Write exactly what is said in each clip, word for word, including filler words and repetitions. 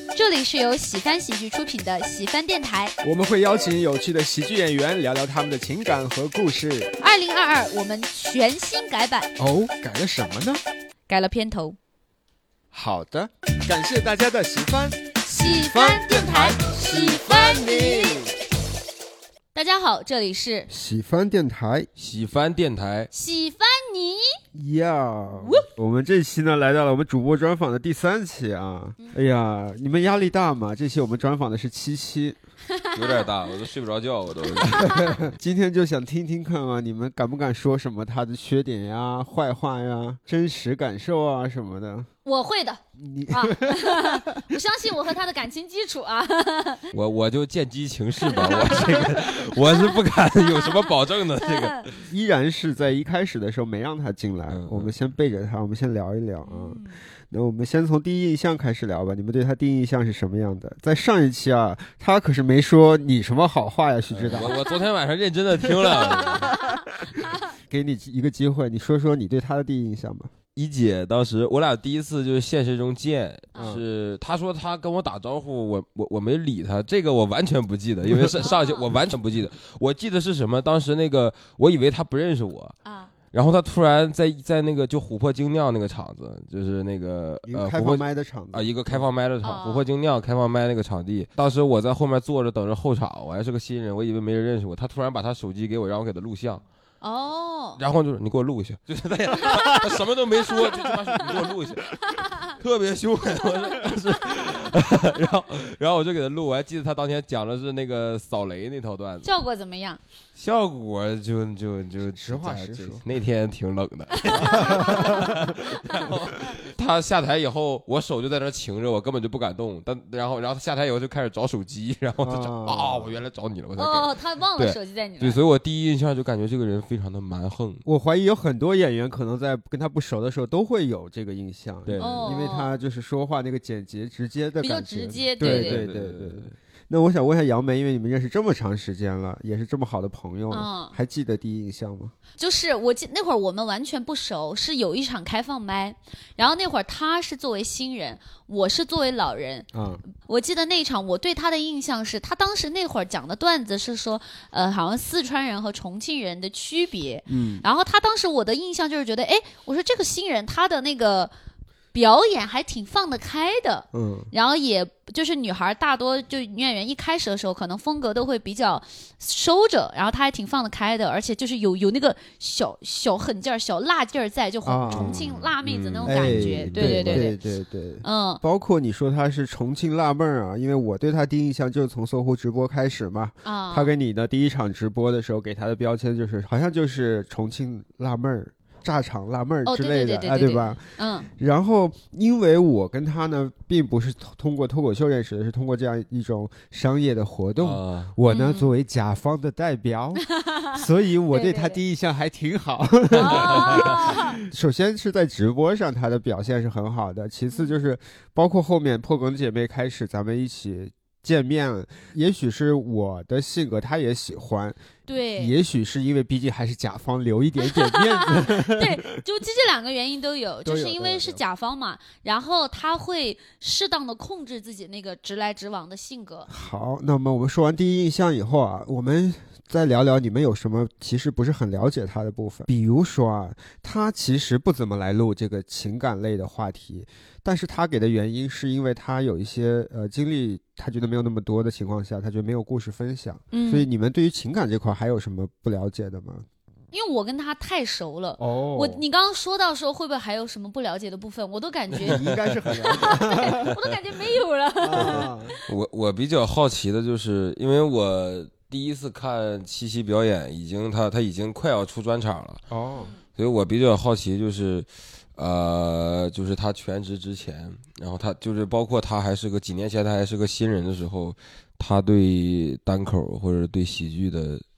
这里是由喜翻喜剧出品的喜翻电台， 我们会邀请有趣的喜剧演员聊聊他们的情感和故事。 二零二二我们全新改版哦，改了什么呢？ 改了片头。 好的，感谢大家的喜欢， 喜翻电台，喜翻你。大家好，这里是喜翻电台， 喜翻电台， 喜翻你呀。我们这期呢来到了我们主播专访的第三期啊。嗯、哎呀，你们压力大吗？这期我们专访的是七七。 有点大，我都睡不着觉，我都今天就想听听看啊，你们敢不敢说什么他的缺点呀、坏话呀、真实感受啊什么的？ 我会的， 你啊，我相信我和他的感情基础啊。 我我就见机行事吧，我这个我是不敢有什么保证的。这个依然是在一开始的时候没让他进来， 嗯、 我们先背着他，我们先聊一聊啊。 嗯、 那我们先从第一印象开始聊吧，你们对他第一印象是什么样的？在上一期啊，他可是没说你什么好话呀，徐指导。 我我昨天晚上认真的听了， 给你一个机会，你说说你对他的第一印象吧。 一姐当时我俩第一次就是现实中见， 嗯、 是她说她跟我打招呼，我我我没理她，这个我完全不记得，因为上上去我完全不记得，我记得是什么？当时那个我以为她不认识我啊。然后他突然在在那个就琥珀精酿那个场子，就是那个一个开放麦的场子啊、呃，一个开放麦的场，琥珀精酿开放麦那个场地。当时我在后面坐着等着候场，我还是个新人，我以为没人认识我。他突然把他手机给我，让我给他录像。 哦， 然后就是你给我录一下，就是他他他什么都没说，就他说你给我录一下，特别凶狠。我是，然后然后我就给他录，我还记得他当天讲的是那个扫雷那套段子， 效果怎么样？ 效果就就就实话实说， 那天挺冷的。然后他下台以后，我手就在那擎着，我根本就不敢动。但然后然后他下台以后就开始找手机，然后就找啊、哦，我原来找你了，我才哦，他忘了手机在你那。 对，所以我第一印象就感觉这个人非常的蛮横。 我怀疑有很多演员可能在跟他不熟的时候都会有这个印象， 对， 哦、 因为他就是说话那个简洁直接的感觉， 比较直接， 对对对对对对。那我想问一下杨梅，因为你们认识这么长时间了，也是这么好的朋友了， 嗯、 还记得第一印象吗？ 就是我记那会儿我们完全不熟，是有一场开放麦，然后那会儿他是作为新人，我是作为老人。 嗯， 我记得那场我对他的印象是，他当时那会儿讲的段子是说，呃，好像四川人和重庆人的区别。 嗯， 然后他当时我的印象就是觉得，哎，我说这个新人他的那个表演还挺放得开的， 嗯， 然后也就是女孩大多就女演员一开始的时候可能风格都会比较收着，然后她还挺放得开的，而且就是有有那个小小狠劲儿、小辣劲儿在，就啊重庆辣妹子那种感觉， 哎、 对对对对对对， 嗯， 包括你说她是重庆辣妹儿啊，因为我对她第一印象就是从搜狐直播开始嘛， 啊， 她跟你的第一场直播的时候给她的标签就是好像就是重庆辣妹儿。炸场辣妹儿之类的， 哦、对, 对, 对, 对, 对, 对, 对, 啊，对吧？ 嗯。 然后，因为我跟他呢，并不是通过脱口秀认识的，是通过这样一种商业的活动。 呃、 我呢， 嗯、 作为甲方的代表，所以我对他第一印象还挺好。 对对对首先是在直播上，他的表现是很好的。其次就是包括后面破梗姐妹开始，咱们一起见面，也许是我的性格他也喜欢， 对， 也许是因为毕竟还是甲方留一点点面子。 对，就这两个原因都有，就是因为是甲方嘛，然后他会适当的控制自己那个直来直往的性格。 好，那么我们说完第一印象以后啊，我们再聊聊你们有什么其实不是很了解他的部分。比如说啊，他其实不怎么来录这个情感类的话题，但是他给的原因是因为他有一些呃经历，他觉得没有那么多的情况下，他觉得没有故事分享。 嗯， 所以你们对于情感这块还有什么不了解的吗？ 因为我跟他太熟了。 哦， 我你刚刚说到说会不会还有什么不了解的部分，我都感觉应该是很了解。 我都感觉没有了。 啊、 我我比较好奇的就是，因为我第一次看七七表演，已经他他已经快要出专场了。 哦， 所以我比较好奇就是。呃，就是他全职之前，然后他就是包括他还是个几年前他还是个新人的时候，他对单口或者对喜剧的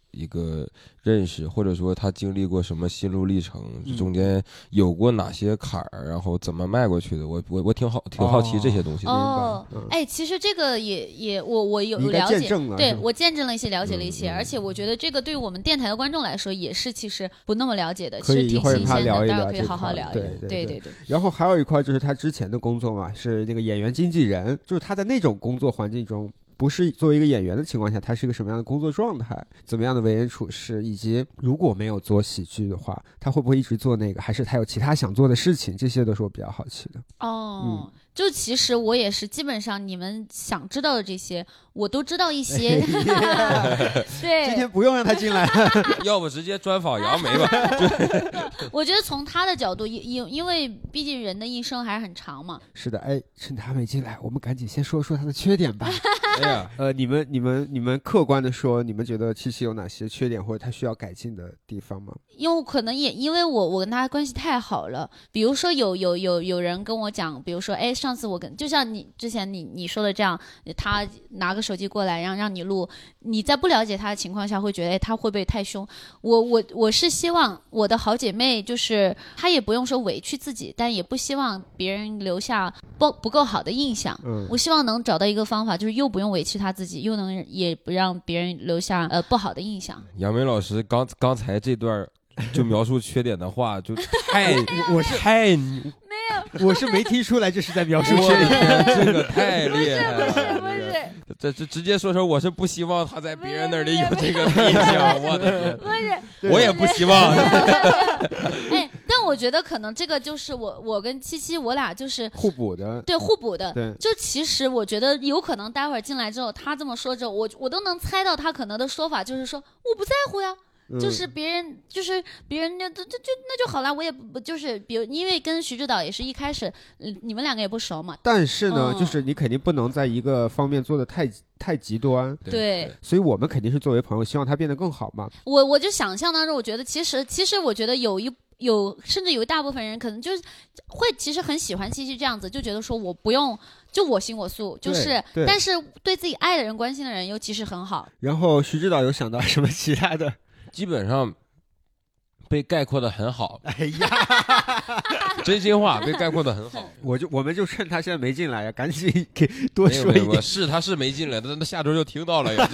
一个认识，或者说他经历过什么心路历程，嗯、中间有过哪些坎儿，然后怎么迈过去的，我我我挺好挺好奇这些东西的。 哦，嗯、哎，其实这个也也我我有了解，对我见证了一些，了解了一些、嗯，而且我觉得这个对于我们电台的观众来说也是其实不那么了解的，其实挺新鲜的，待会儿可以好好聊一聊。 对对对, 对, 对。 然后还有一块就是他之前的工作嘛，是那个演员经纪人，就是他在那种工作环境中。不是作为一个演员的情况下，他是一个什么样的工作状态，怎么样的为人处事，以及如果没有做喜剧的话，他会不会一直做那个，还是他有其他想做的事情，这些都是我比较好奇的。 哦、嗯，就其实我也是基本上你们想知道的这些我都知道一些、哎、对， 今天不用让他进来要不直接专访杨梅吧我觉得从他的角度，因因为毕竟人的一生还是很长嘛。 是的，哎，趁他没进来，我们赶紧先说说他的缺点吧哎呀，呃，你们、你们、你们客观的说，你们觉得七七有哪些缺点或者他需要改进的地方吗？ 因为可能也因为我我跟他关系太好了，比如说有有有有人跟我讲，比如说，哎，上次我跟就像你之前你你说的这样，他拿个手机过来让让你录，你在不了解他的情况下会觉得，哎，他会不会太凶？我我我是希望我的好姐妹就是她也不用说委屈自己，但也不希望别人留下不不够好的印象。嗯，我希望能找到一个方法，就是又不用委屈他自己，又能也不让别人留下呃不好的印象。 杨梅老师刚刚才这段就描述缺点的话，就太我是太没有， 我是没听出来这是在描述缺点， 这个太厉害了， 不是不是， 这这直接说说，我是不希望他在别人那里有这个印象，我的天， 不是， 我也不希望。 哎，但我觉得可能这个就是我我跟七七我俩就是互补的， 对互补的， 对， 就其实我觉得有可能待会儿进来之后，他这么说之后，我我都能猜到他可能的说法就是说我不在乎呀。就是别人，就是别人，那就就那就好了。我也不就是，比如因为跟徐指导也是一开始，嗯，你们两个也不熟嘛。 但是呢， 嗯、 就是你肯定不能在一个方面做的太太极端。 对。 所以我们肯定是作为朋友，希望他变得更好嘛。 我我就想象当中，我觉得其实其实我觉得有一有甚至有一大部分人可能就是会其实很喜欢七七这样子，就觉得说我不用。就我行我素，就是但是对自己爱的人、关心的人，尤其是很好。 然后徐指导有想到什么其他的？ 基本上被概括的很好。 哎呀， 真心话被概括的很好。 我就我们就趁他现在没进来呀，赶紧给多说一点。 是他是没进来，但他下周就听到了呀。这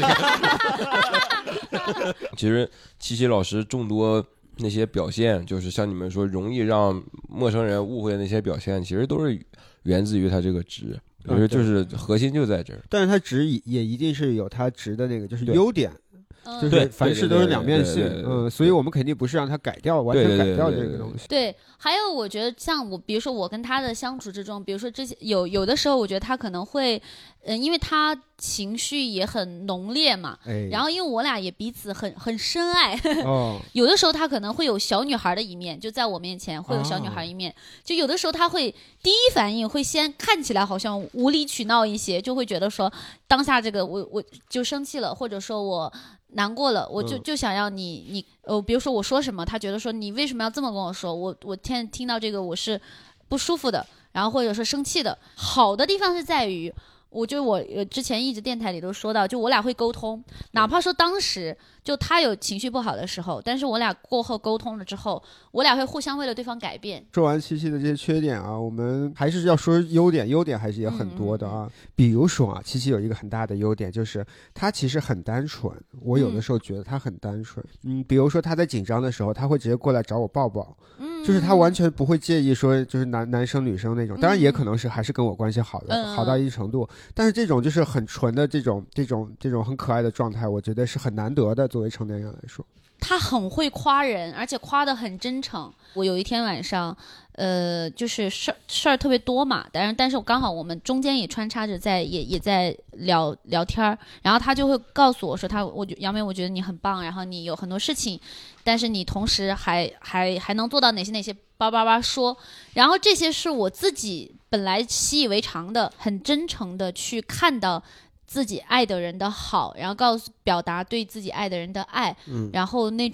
个、其实七七老师众多那些表现，就是像你们说容易让陌生人误会的那些表现，其实都是源自于他这个直。其实就是核心就在这儿。 但是他直也一定是有他直的那个，就是优点。就是凡事都是两面性，嗯，所以我们肯定不是让他改掉，完全改掉这个东西。 对，还有我觉得像我，比如说我跟他的相处之中，比如说之前有有的时候，我觉得他可能会，嗯，因为他情绪也很浓烈嘛，哎、然后因为我俩也彼此很很深爱，哦、有的时候他可能会有小女孩的一面，就在我面前会有小女孩一面，哦、就有的时候他会第一反应会先看起来好像无理取闹一些，就会觉得说当下这个我我就生气了，或者说我。难过了，我就就想要你你呃，比如说我说什么，他觉得说你为什么要这么跟我说？我我听听到这个我是不舒服的，然后或者说生气的。好的地方是在于，我就我之前一直电台里都说到，就我俩会沟通，哪怕说当时就他有情绪不好的时候，但是我俩过后沟通了之后，我俩会互相为了对方改变。 说完七七的这些缺点啊，我们还是要说优点，优点还是也很多的啊。嗯嗯嗯比如说啊，七七有一个很大的优点，就是他其实很单纯。我有的时候觉得他很单纯，嗯，比如说他在紧张的时候，他会直接过来找我抱抱，嗯，就是他完全不会介意说就是男男生女生那种，当然也可能是还是跟我关系好的，嗯、好到一定程度，但是这种就是很纯的这种这种这种很可爱的状态，我觉得是很难得的。作为成年人来说， 他很会夸人，而且夸得很真诚。我有一天晚上，呃，就是事儿事儿特别多嘛，但是但是我刚好我们中间也穿插着在也也在聊聊天，然后他就会告诉我说他，我杨梅，我觉得你很棒，然后你有很多事情，但是你同时还还还能做到哪些哪些，叭叭叭说，然后这些是我自己本来习以为常的，很真诚的去看到。自己爱的人的好，然后告诉表达对自己爱的人的爱，嗯、然后那种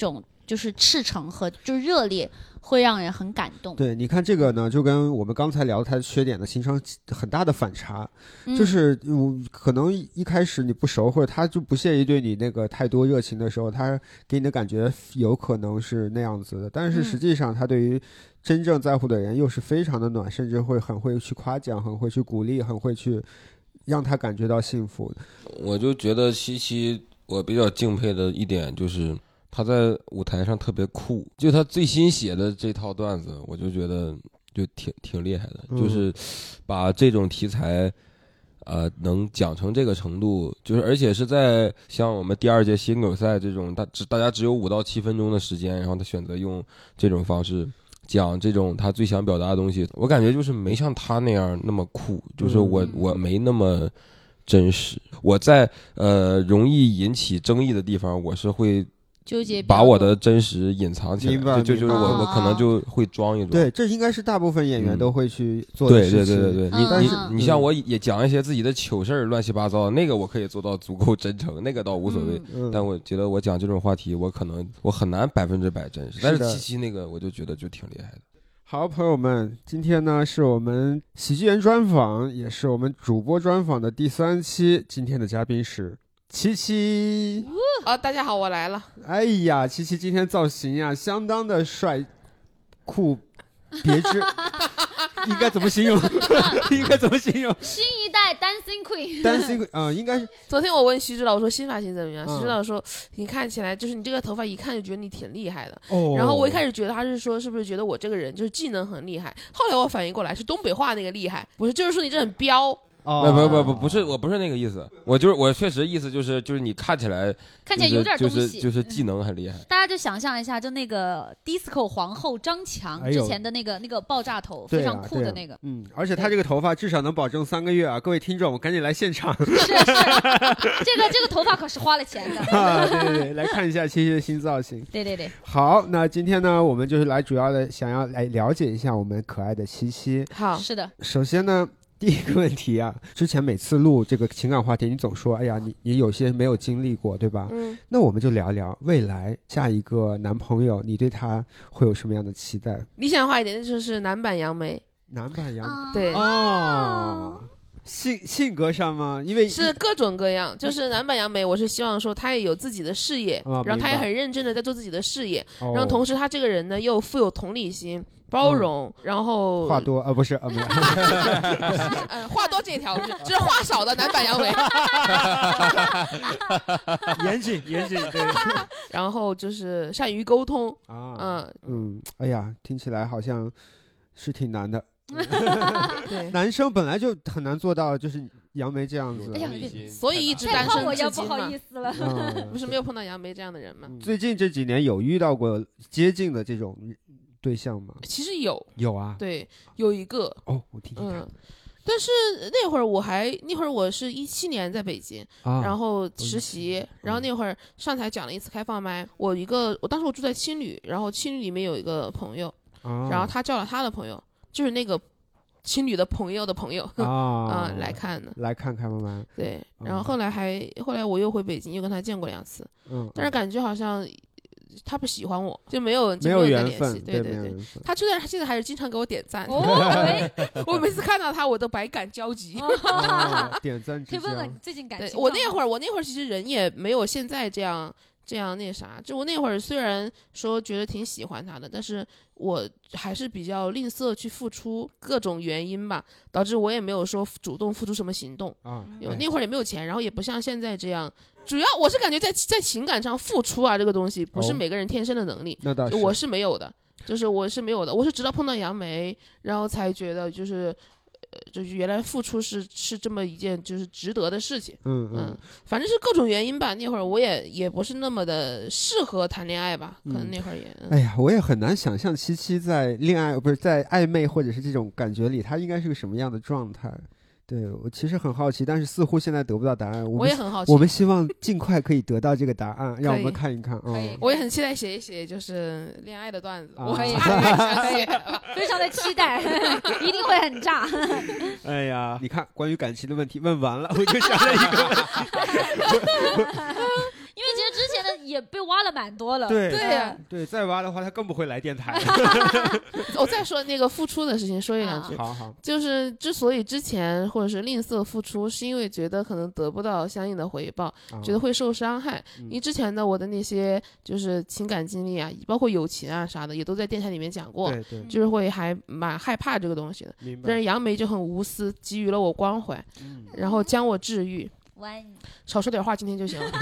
就是赤诚和就热烈，会让人很感动。 对，你看这个呢，就跟我们刚才聊他的缺点的形成很大的反差， 嗯、 就是嗯，可能一开始你不熟，或者他就不屑于对你那个太多热情的时候，他给你的感觉有可能是那样子的，但是实际上他对于真正在乎的人又是非常的暖，甚至会很会去夸奖，很会去鼓励，很会去让他感觉到幸福。 我就觉得七七我比较敬佩的一点就是他在舞台上特别酷，就他最新写的这套段子我就觉得就挺挺厉害的、嗯、就是把这种题材呃能讲成这个程度，就是而且是在像我们第二届新狗赛这种大大家只有五到七分钟的时间，然后他选择用这种方式讲这种他最想表达的东西，我感觉就是没像他那样那么酷，就是我、嗯、我没那么真实，我在呃容易引起争议的地方我是会纠结， 把我的真实隐藏起来，就就就是我、哦、我可能就会装一装。 对，这应该是大部分演员都会去做的事情。对对对对对，你你你像我也讲一些自己的糗事儿，乱七八糟的，那个我可以做到足够真诚，那个倒无所谓。嗯、但我觉得我讲这种话题，我可能我很难百分之百真实。但是七七那个，我就觉得就挺厉害的。 好，朋友们，今天呢是我们喜剧人专访，也是我们主播专访的第三期。今天的嘉宾是七七。 哦，大家好，我来了。 哎呀，七七今天造型呀，相当的帅酷别致。应该怎么形容？应该怎么形容？ 新一代 Dancing Queen。Dancing Queen 啊、呃，应该是。 昨天我问徐指导，我说新发型怎么样？嗯、徐指导说，你看起来就是你这个头发一看就觉得你挺厉害的。哦。然后我一开始觉得他是说，是不是觉得我这个人就是技能很厉害？后来我反应过来是东北话那个厉害，不是，就是说你这很彪。 哦，不不不不是，我不是那个意思，我就是我确实意思就是就是你看起来、就是、 看起来有点东西， 就是就是技能很厉害。 大家就想象一下，就那个 disco 皇后张强之前的那个、哎、那个爆炸头，非常酷的那个。 啊啊、嗯，而且他这个头发至少能保证三个月啊！各位听众，赶紧来现场。 是是，这个这个头发可是花了钱的啊！对对对，来看一下七七的新造型。 对对对。 好，那今天呢，我们就是来主要的想要来了解一下我们可爱的七七。 好， 是的。 首先呢。第一个问题啊，之前每次录这个情感话题，你总说，哎呀，你你有些没有经历过，对吧？嗯。那我们就聊聊未来下一个男朋友，你对他会有什么样的期待？ 理想化一点，就是男版杨梅。 男版杨梅， 啊、对哦。性性格上吗？因为是各种各样，就是男版杨梅，我是希望说他也有自己的事业， 哦、 然后他也很认真的在做自己的事业，哦、然后同时他这个人呢又富有同理心。包容、嗯，然后话多啊、呃，不是啊，没有， 嗯，话多这条是，就是话少的男版杨梅， 严谨严谨，对， 然后就是善于沟通啊，嗯嗯，哎呀，听起来好像是挺难的， 对， 男生本来就很难做到，就是杨梅这样子， 哎呀， 所以一直单身我要不好意思了， 嗯、 不是没有碰到杨梅这样的人吗？ 最近这几年有遇到过接近的这种对象吗？ 其实有有啊， 对，有一个哦，我听听看。 嗯，但是那会儿我还那会儿我是一七年在北京，啊、然后实习，嗯、然后那会儿上台讲了一次开放麦。我一个我当时我住在青旅，然后青旅里面有一个朋友，啊、然后他叫了他的朋友，就是那个青旅的朋友的朋友啊、呃、来看的， 来看开放麦。 对，然后后来还后来我又回北京，又跟他见过两次，嗯，但是感觉好像。他不喜欢我，就没有没有缘分，对对对。他就在他现在还是经常给我点赞，哦、我每次看到他我都百感交集。 哦、点赞之交。 可以问问最近感情？ 我那会儿我那会儿其实人也没有现在这样这样那啥，就我那会儿虽然说觉得挺喜欢他的，但是我还是比较吝啬去付出，各种原因吧，导致我也没有说主动付出什么行动啊。有那会儿也没有钱，然后也不像现在这样。主要我是感觉在在情感上付出啊，这个东西不是每个人天生的能力， 哦、那倒是我是没有的，就是我是没有的，我是直到碰到杨梅，然后才觉得就是，呃，就是原来付出是是这么一件就是值得的事情， 嗯 嗯, 嗯，反正是各种原因吧。那会儿我也也不是那么的适合谈恋爱吧，可能那会儿也。 嗯、哎呀，我也很难想象七七在恋爱不是在暧昧或者是这种感觉里，他应该是个什么样的状态。对，我其实很好奇，但是似乎现在得不到答案。我, 我也很好奇， 我们希望尽快可以得到这个答案，让我们看一看啊、嗯。 我也很期待写一写就是恋爱的段子， 啊、我也非常的期待，一定会很炸。 哎呀，你看，关于感情的问题问完了，我就想了一个问题。 因为其实之前的也被挖了蛮多了。 对对呀， 对，再挖的话他更不会来电台。 我再说那个付出的事情，说一两句。 好好， 就是之所以之前或者是吝啬付出，是因为觉得可能得不到相应的回报，觉得会受伤害。因为之前的我的那些就是情感经历啊，包括友情啊啥的，也都在电台里面讲过。 对对， 就是会还蛮害怕这个东西的。但是杨梅就很无私，给予了我关怀，嗯、然后将我治愈。 我爱你。 少说点话，今天就行了。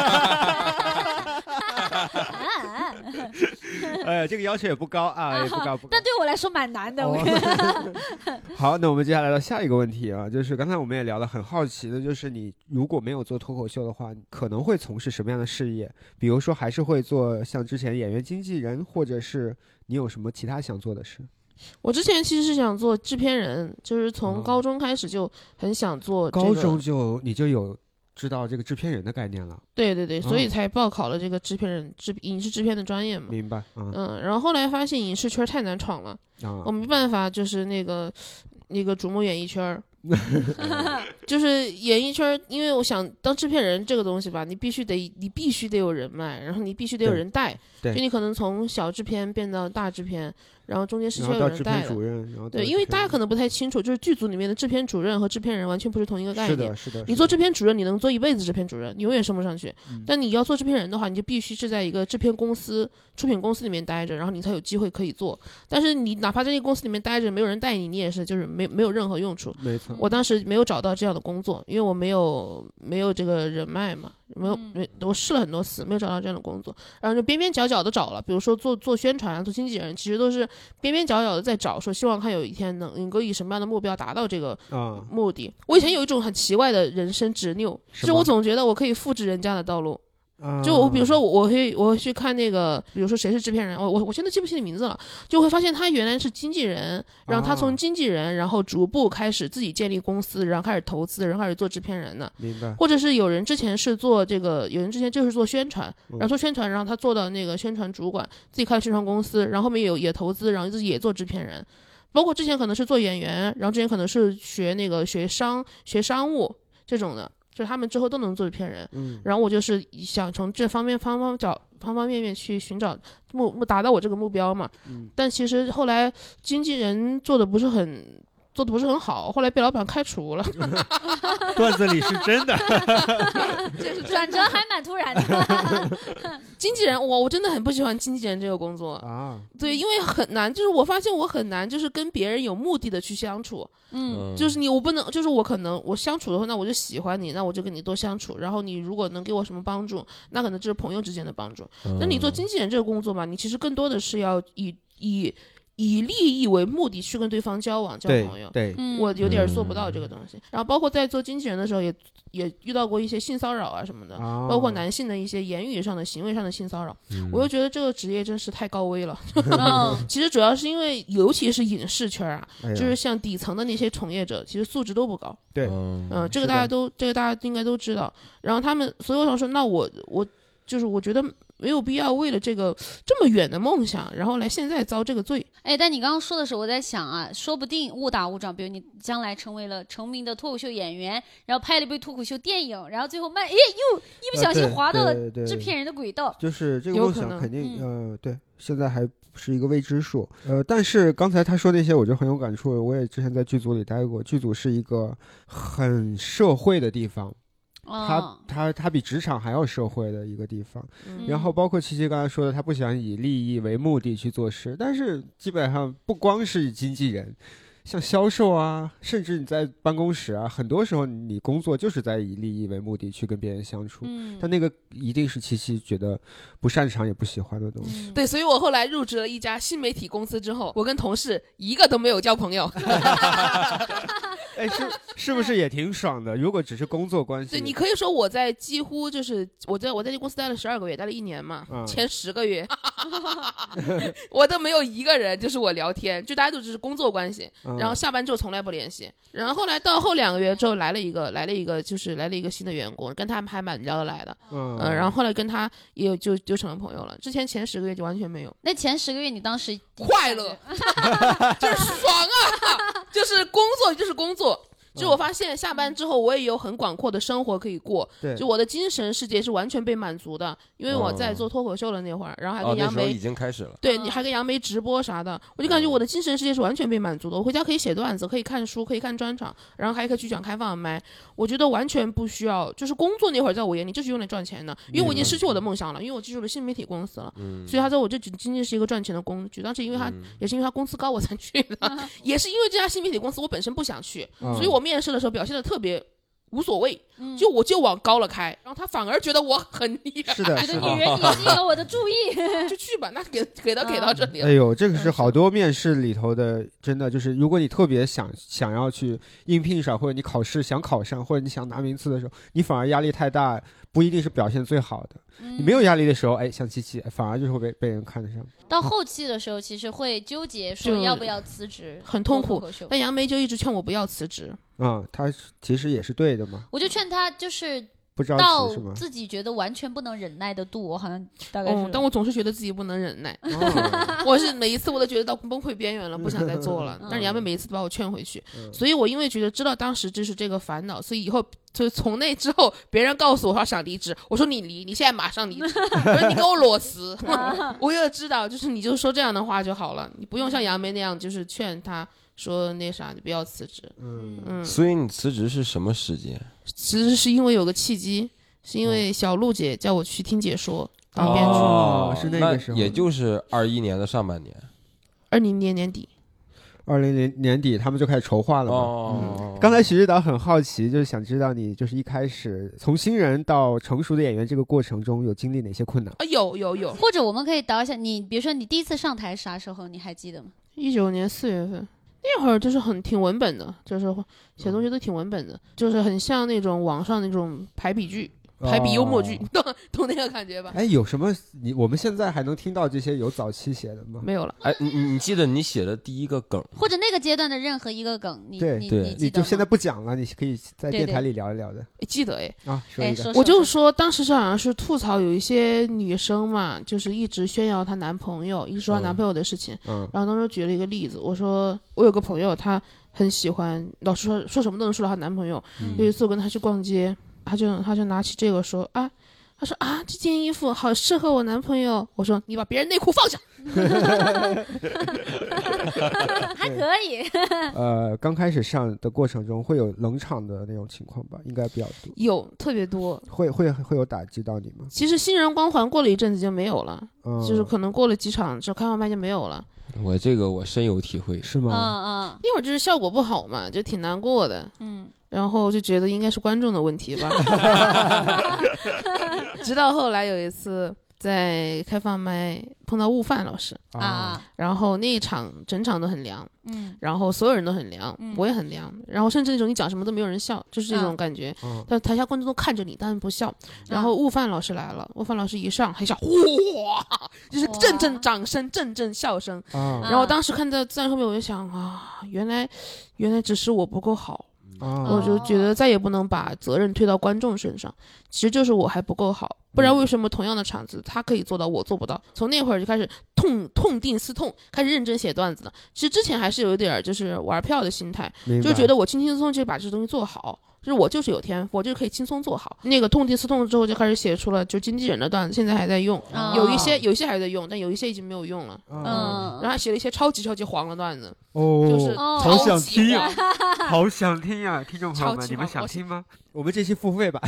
呃，这个要求也不高啊，啊也不高不高。 但对我来说蛮难的。哦、 好，那我们接下来到下一个问题啊，就是刚才我们也聊了，很好奇的就是你如果没有做脱口秀的话，可能会从事什么样的事业？比如说还是会做像之前演员经纪人，或者是你有什么其他想做的事？ 我之前其实是想做制片人，就是从高中开始就很想做、这个哦。高中就你就有知道这个制片人的概念了？ 对对对，所以才报考了这个制片人、制影视制片的专业嘛。 明白。嗯， 嗯，然后后来发现影视圈太难闯了，啊、我没办法，就是那个那个瞩目演艺圈。就是演艺圈，因为我想当制片人这个东西吧，你必须得你必须得有人脉，然后你必须得有人带，就你可能从小制片变到大制片，然后中间是需要有人带的。对，因为大家可能不太清楚，就是剧组里面的制片主任和制片人完全不是同一个概念。 是的，是的。 你做制片主任，你能做一辈子制片主任，你永远升不上去。嗯、但你要做制片人的话，你就必须是在一个制片公司、出品公司里面待着，然后你才有机会可以做。但是你哪怕在那个公司里面待着，没有人带你，你也是就是没没有任何用处。 没错。 我当时没有找到这样的工作，因为我没有没有这个人脉嘛，没有没我试了很多次，没有找到这样的工作，然后就边边角角的找了，比如说做做宣传啊，做经纪人，其实都是边边角角的在找，说希望看有一天能能够以什么样的目标达到这个目的。啊、我以前有一种很奇怪的人生执拗，就是我总觉得我可以复制人家的道路。就我比如说我我会我会去看那个，比如说谁是制片人，我我我现在记不清名字了，就会发现他原来是经纪人，然后他从经纪人，然后逐步开始自己建立公司，然后开始投资，然后开始做制片人的。 明白。 或者是有人之前是做这个，有人之前就是做宣传，然后做宣传，然后他做到那个宣传主管，自己开宣传公司，然后后面有也投资，然后自己也做制片人。包括之前可能是做演员，然后之前可能是学那个学商学商务这种的。就是他们之后都能做制片人，嗯，然后我就是想从这方面方方找方方面面去寻找目目达到我这个目标嘛，嗯，但其实后来经纪人做的不是很做的不是很好，后来被老板开除了。 段子里是真的。 就是转折还蛮突然的。 经纪人，我我真的很不喜欢经纪人这个工作啊。对，因为很难，就是我发现我很难，就是跟别人有目的的去相处。嗯，就是你，我不能，就是我可能我相处的话，那我就喜欢你，那我就跟你多相处。然后你如果能给我什么帮助，那可能就是朋友之间的帮助。嗯、那你做经纪人这个工作嘛，你其实更多的是要以以。以利益为目的去跟对方交往交朋友， 对， 对我有点做不到这个东西。嗯、然后包括在做经纪人的时候也，也也遇到过一些性骚扰啊什么的，哦、包括男性的一些言语上的、行为上的性骚扰。嗯、我又觉得这个职业真是太高危了。嗯、其实主要是因为，尤其是影视圈啊，哎、就是像底层的那些从业者，其实素质都不高。 对， 嗯、呃，这个大家都，这个大家应该都知道。然后他们，所以我想说，那我我就是我觉得。没有必要为了这个这么远的梦想，然后来现在遭这个罪。 哎，但你刚刚说的时候，我在想啊，说不定误打误撞，比如你将来成为了成名的脱口秀演员，然后拍了一部脱口秀电影，然后最后卖，哎，又一不小心滑到了制片人的轨道。 呃、就是这个梦想肯定，嗯、呃，对，现在还是一个未知数。呃，但是刚才他说那些，我就很有感触。我也之前在剧组里待过，剧组是一个很社会的地方。他他他比职场还要社会的一个地方，嗯、然后包括七七刚才说的，他不想以利益为目的去做事，但是基本上不光是经纪人，像销售啊，甚至你在办公室啊，很多时候你工作就是在以利益为目的去跟别人相处，嗯、但那个一定是七七觉得不擅长也不喜欢的东西。 嗯、对，所以我后来入职了一家新媒体公司之后，我跟同事一个都没有交朋友。 哎，是是不是也挺爽的？如果只是工作关系， 对，你可以说我在几乎就是我在我在这公司待了十二个月，待了一年嘛，嗯、前十个月我都没有一个人就是我聊天，就大家都只是工作关系，嗯、然后下班之后从来不联系。然后后来到后两个月之后来了一个来了一个就是来了一个新的员工，跟他们还蛮聊得来的，嗯、呃，然后后来跟他也就就成了朋友了。之前前十个月就完全没有。 那前十个月你当时快乐，就是爽啊，就是工作就是工作。 就我发现下班之后我也有很广阔的生活可以过， 对， 就我的精神世界是完全被满足的，因为我在做脱口秀的那会儿，然后还跟杨梅、 哦、已经开始了， 对，你还跟杨梅直播啥的，我就感觉我的精神世界是完全被满足的。我回家可以写段子，可以看书，可以看专场，然后还可以去讲开放麦，我觉得完全不需要，就是工作那会儿在我眼里就是用来赚钱的，因为我已经失去我的梦想了，因为我进入了新媒体公司了，嗯、所以他在我这仅仅是一个赚钱的工具。当时因为他、嗯、也是因为他工资高我才去的，嗯、也是因为这家新媒体公司我本身不想去，嗯、所以我面试的时候表现的特别无所谓，嗯、就我就往高了开，然后他反而觉得我很厉害， 是的， 是的，女人已经有我的注意， 就去吧，那给给到给到这里了。 哎呦，这个是好多面试里头的，真的就是，如果你特别想想要去应聘上，或者你考试想考上，或者你想拿名次的时候，你反而压力太大，不一定是表现最好的。嗯、你没有压力的时候，哎，像七七，反而就是会被被人看得上。 到后期的时候，其实会纠结说要不要辞职， 很痛苦。但杨梅就一直劝我不要辞职。 啊、嗯，他其实也是对的嘛。 我就劝他就是不着到急是吗？ 自己觉得完全不能忍耐的度，我好像大概是、 哦，但我总是觉得自己不能忍耐。哦、我是每一次我都觉得到崩溃边缘了，不想再做了。但是杨梅每一次都把我劝回去，嗯、所以我因为觉得知道当时就是这个烦恼，所以以后就从那之后，别人告诉我说想离职，我说你离，你现在马上离职，我说你给我裸辞。我也知道，就是你就说这样的话就好了，你不用像杨梅那样，就是劝他。说那啥，你不要辞职。嗯嗯， 所以你辞职是什么时间？ 辞职是因为有个契机，是因为小鹿姐叫我去听解说当编剧。 哦，是那个时候， 也就是二一年的上半年， 二零年年底。 二零年年底他们就开始筹划了嘛。 哦， 嗯、刚才徐指导很好奇，就是想知道你就是一开始从新人到成熟的演员这个过程中有经历哪些困难？ 啊，有有有。 或者我们可以倒一下，你比如说你第一次上台啥时候，你还记得吗？ 一九年四月份。那会儿就是很挺文本的，就是写东西都挺文本的，就是很像那种网上那种排比剧、排比幽默剧，懂、哦、懂那个感觉吧？ 哎，有什么你我们现在还能听到这些有早期写的吗？ 没有了。 哎，你你记得你写的第一个梗， 或者那个阶段的任何一个梗，你对你对， 你, 你就现在不讲了，你可以在电台里聊一聊的。 对对记得哎啊，说一个， 我就说当时是好像是吐槽有一些女生嘛，就是一直炫耀她男朋友，一直说她男朋友的事情。嗯。然后当时举了一个例子，我说我有个朋友，她很喜欢，老师说说什么都能说到她男朋友。嗯、有一次我跟她去逛街，她就她就拿起这个说啊。他说啊，这件衣服好适合我男朋友。我说你把别人内裤放下。 还可以。 呃，刚开始上的过程中会有冷场的那种情况吧？应该比较多。 有，特别多。 会会会有打击到你吗？ 其实新人光环过了一阵子就没有了，嗯、就是可能过了几场之后开放麦就没有了。 我这个我深有体会。 是吗？ 嗯嗯。 那会儿就是效果不好嘛，就挺难过的。嗯。然后就觉得应该是观众的问题吧。直到后来有一次在开放麦碰到悟饭老师啊，然后那一场整场都很凉，嗯，然后所有人都很凉，嗯、我也很凉，然后甚至那种你讲什么都没有人笑，就是这种感觉。啊、但台下观众都看着你，但是不笑。然后悟饭老师来了，悟饭老师一上台下，哇，就是阵阵掌声，阵阵笑声。啊、然后我当时看到站后面，我就想啊，原来原来只是我不够好。Oh. 我就觉得再也不能把责任推到观众身上，其实就是我还不够好，不然为什么同样的场子他可以做到我做不到？从那会儿就开始痛痛定思痛，开始认真写段子了。其实之前还是有一点就是玩票的心态，就觉得我轻轻松松就把这东西做好，就是我就是有天赋，我就可以轻松做好。那个痛定思痛之后就开始写出了就经纪人的段子，现在还在用， oh. 有一些有一些还在用，但有一些已经没有用了。嗯、oh. 然后还写了一些超级超级黄的段子。哦、oh. 就是好想听啊，好想听啊，听众朋友们，你们想听吗？我们这期付费吧。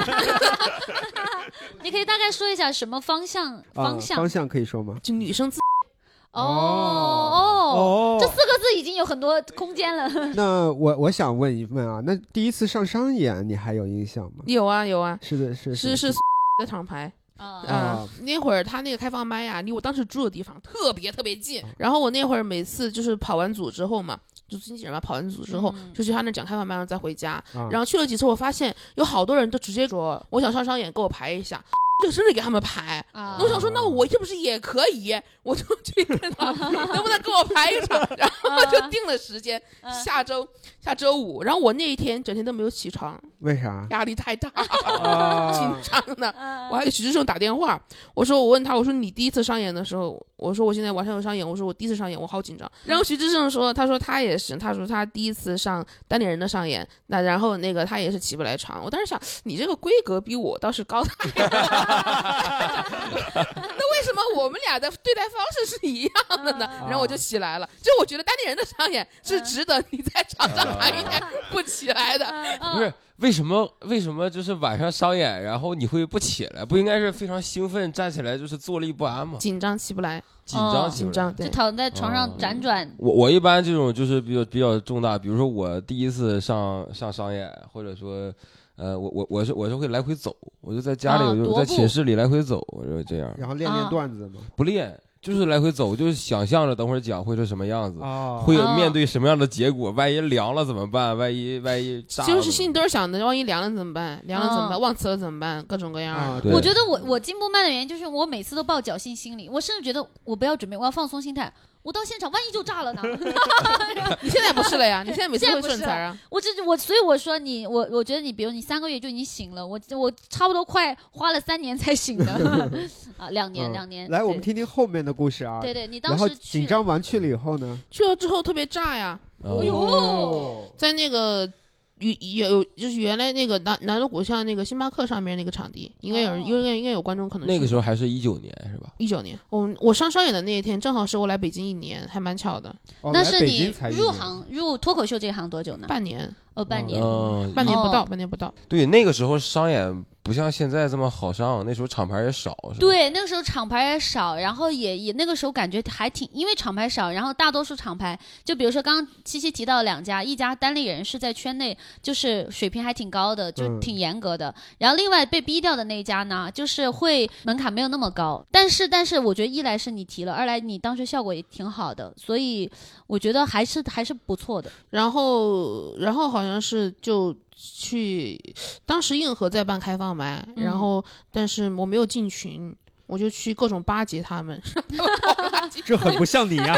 你可以大概说一下什么方向？方向、 啊、方向可以说吗？ 就女生自。 哦哦哦，这四个字已经有很多空间了。 那我我想问一问啊，那第一次上商演你还有印象吗？ 有啊有啊， 是的是是是是的厂牌。啊、呃，那会儿他那个开放麦呀、啊，离我当时住的地方特别特别近。然后我那会儿每次就是跑完组之后嘛，就经纪人嘛，跑完组之后、嗯、就去他那讲开放麦，然后再回家。啊、然后去了几次，我发现有好多人都直接说我想上商演，给我排一下。 就生日给他们排。啊、我想说，那我是不是也可以？我就去跟他，能不能跟我排一场？然后就定了时间，啊、下周下周五。然后我那一天整天都没有起床， 为啥？ 压力太大，紧张的。我还给徐志胜打电话，我说我问他，我说你第一次上演的时候，我说我现在晚上有上演，我说我第一次上演，我好紧张。然后徐志胜说，他说他也是，他说他第一次上单立人的上演，那然后那个他也是起不来床。我当时想，你这个规格比我倒是高太多。那为什么我们俩的对待方式是一样的呢？然后我就起来了。就我觉得单立人的上演是值得你在场上还应该不起来的。 不是为什么？为什么就是晚上商演，然后你会不起来？不应该是非常兴奋站起来就是坐立不安吗？ 紧张起不来， 紧张紧张，对， 就躺在床上辗转。 我我一般这种就是比较比较重大，比如说我第一次上上商演，或者说。呃，我我我是我是会来回走，我就在家里，我就在寝室里来回走，我就这样。 然后练练段子嘛？ 不练，就是来回走，就是想象着等会儿讲会是什么样子，会面对什么样的结果，万一凉了怎么办？万一万一炸了， 就是心里都是想的，万一凉了怎么办？凉了怎么办？忘词了怎么办？各种各样。 我觉得我我进步慢的原因就是我每次都抱侥幸心理，我甚至觉得我不要准备，我要放松心态。我到现场，万一就炸了呢？ 你现在不是了呀？你现在每次会顺词啊？ 我这我所以我说你我我觉得你，比如你三个月就已经醒了，我我差不多快花了三年才醒的啊，两年、嗯、两年。 来，我们听听后面的故事啊。 对对，你当时然后紧张完去了以后呢？ 去了之后特别炸呀！ 哦呦， 在那个。有有就是原来那个南南锣鼓巷那个星巴克上面那个场地，应该有人，应该应该有观众可能。 那个时候还是一九年是吧？ 一九年，我我上商演的那一天，正好是我来北京一年，还蛮巧的。 哦、 那是你入行入脱口秀这一行多久呢？ 半年。 哦，半年， 嗯、 半年不到，半年不到。 对，那个时候商演不像现在这么好上，那时候厂牌也少。 对，那个时候厂牌也少，然后也也那个时候感觉还挺，因为厂牌少，然后大多数厂牌，就比如说刚刚七七提到两家，一家单立人是在圈内就是水平还挺高的，就挺严格的，嗯、然后另外被逼掉的那一家呢，就是会门槛没有那么高，但是但是我觉得一来是你提了，二来你当时效果也挺好的，所以我觉得还是还是不错的。 然后然后好像是就去，当时硬核在办开放麦，嗯、然后但是我没有进群，我就去各种巴结他们， 这很不像你呀、啊。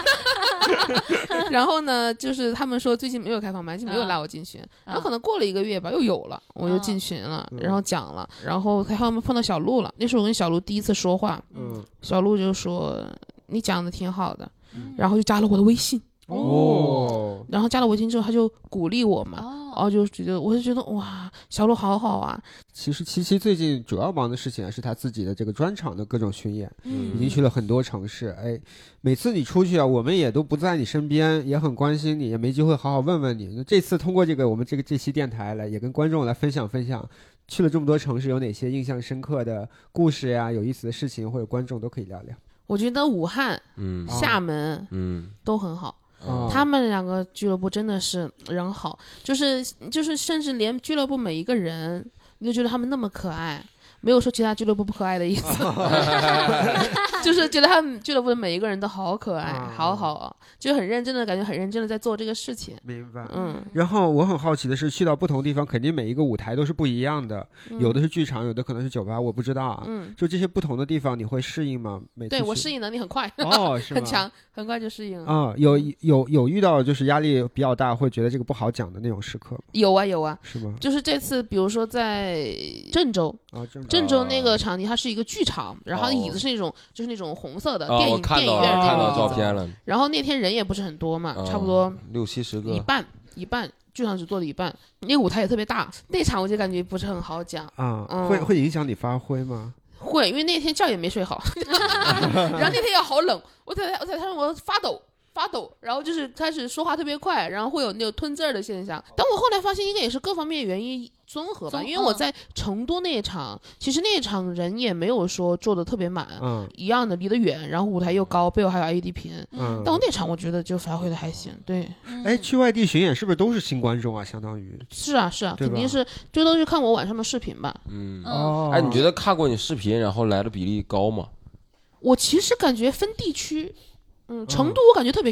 然后呢，就是他们说最近没有开放麦，就没有拉我进群。啊、然后可能过了一个月吧，又有了，我又进群了，啊、然后讲了，然后还后面碰到小鹿了。那时候我跟小鹿第一次说话，嗯，小鹿就说你讲的挺好的，嗯、然后就加了我的微信。 哦， 然后加了微信之后，他就鼓励我嘛，哦、然后就觉得，我就觉得哇，小鹿好好啊。 其实七七最近主要忙的事情是他自己的这个专场的各种巡演， 嗯， 已经去了很多城市。哎，每次你出去啊，我们也都不在你身边，也很关心你，也没机会好好问问你。这次通过这个我们这个这期电台来，也跟观众来分享分享，去了这么多城市，有哪些印象深刻的故事呀、有意思的事情，或者观众都可以聊聊。 我觉得武汉、 嗯、 厦门， 嗯， 都很好。 哦、 他们两个俱乐部真的是人好，就是就是甚至连俱乐部每一个人，你就觉得他们那么可爱，没有说其他俱乐部不可爱的意思，就是觉得他们俱乐部的每一个人都好可爱，啊、好好，就很认真的感觉，很认真的在做这个事情。 明白， 嗯。 然后我很好奇的是，去到不同地方，肯定每一个舞台都是不一样的， 嗯、 有的是剧场，有的可能是酒吧，我不知道啊。 嗯。 就这些不同的地方，你会适应吗？每次对我适应能力很快， 哦，是吗？ 很强，很快就适应了。 啊、嗯，有有有遇到就是压力比较大，会觉得这个不好讲的那种时刻吗？ 有啊有啊， 是吗？ 就是这次，比如说在郑州， 啊，郑州， 郑州那个场地它是一个剧场，然后椅子是那种、哦、就是那种红色的、 哦、 电影电影院那种， 看到照片了。 然后那天人也不是很多嘛， 哦、 差不多六七十个， 一半一半。剧场只做了一半，那个舞台也特别大，那场我就感觉不是很好讲啊、 嗯， 会会影响你发挥吗？ 会，因为那天觉也没睡好，然后那天又好冷，我在我在台上我发抖发抖，然后就是开始说话特别快，然后会有那种吞字儿的现象。但我后来发现应该也是各方面原因综合吧，因为我在成都那一场，其实那一场人也没有说坐的特别满， 嗯， 一样的离得远，然后舞台又高，背后还有 L E D 屏， 嗯， 但我那场我觉得就发挥的还行，对。 哎，去外地巡演是不是都是新观众啊？相当于是啊是啊，肯定是最多是看我晚上的视频吧。 嗯哦， 哎，你觉得看过你视频然后来的比例高吗？ 我其实感觉分地区，嗯，成都我感觉特别高。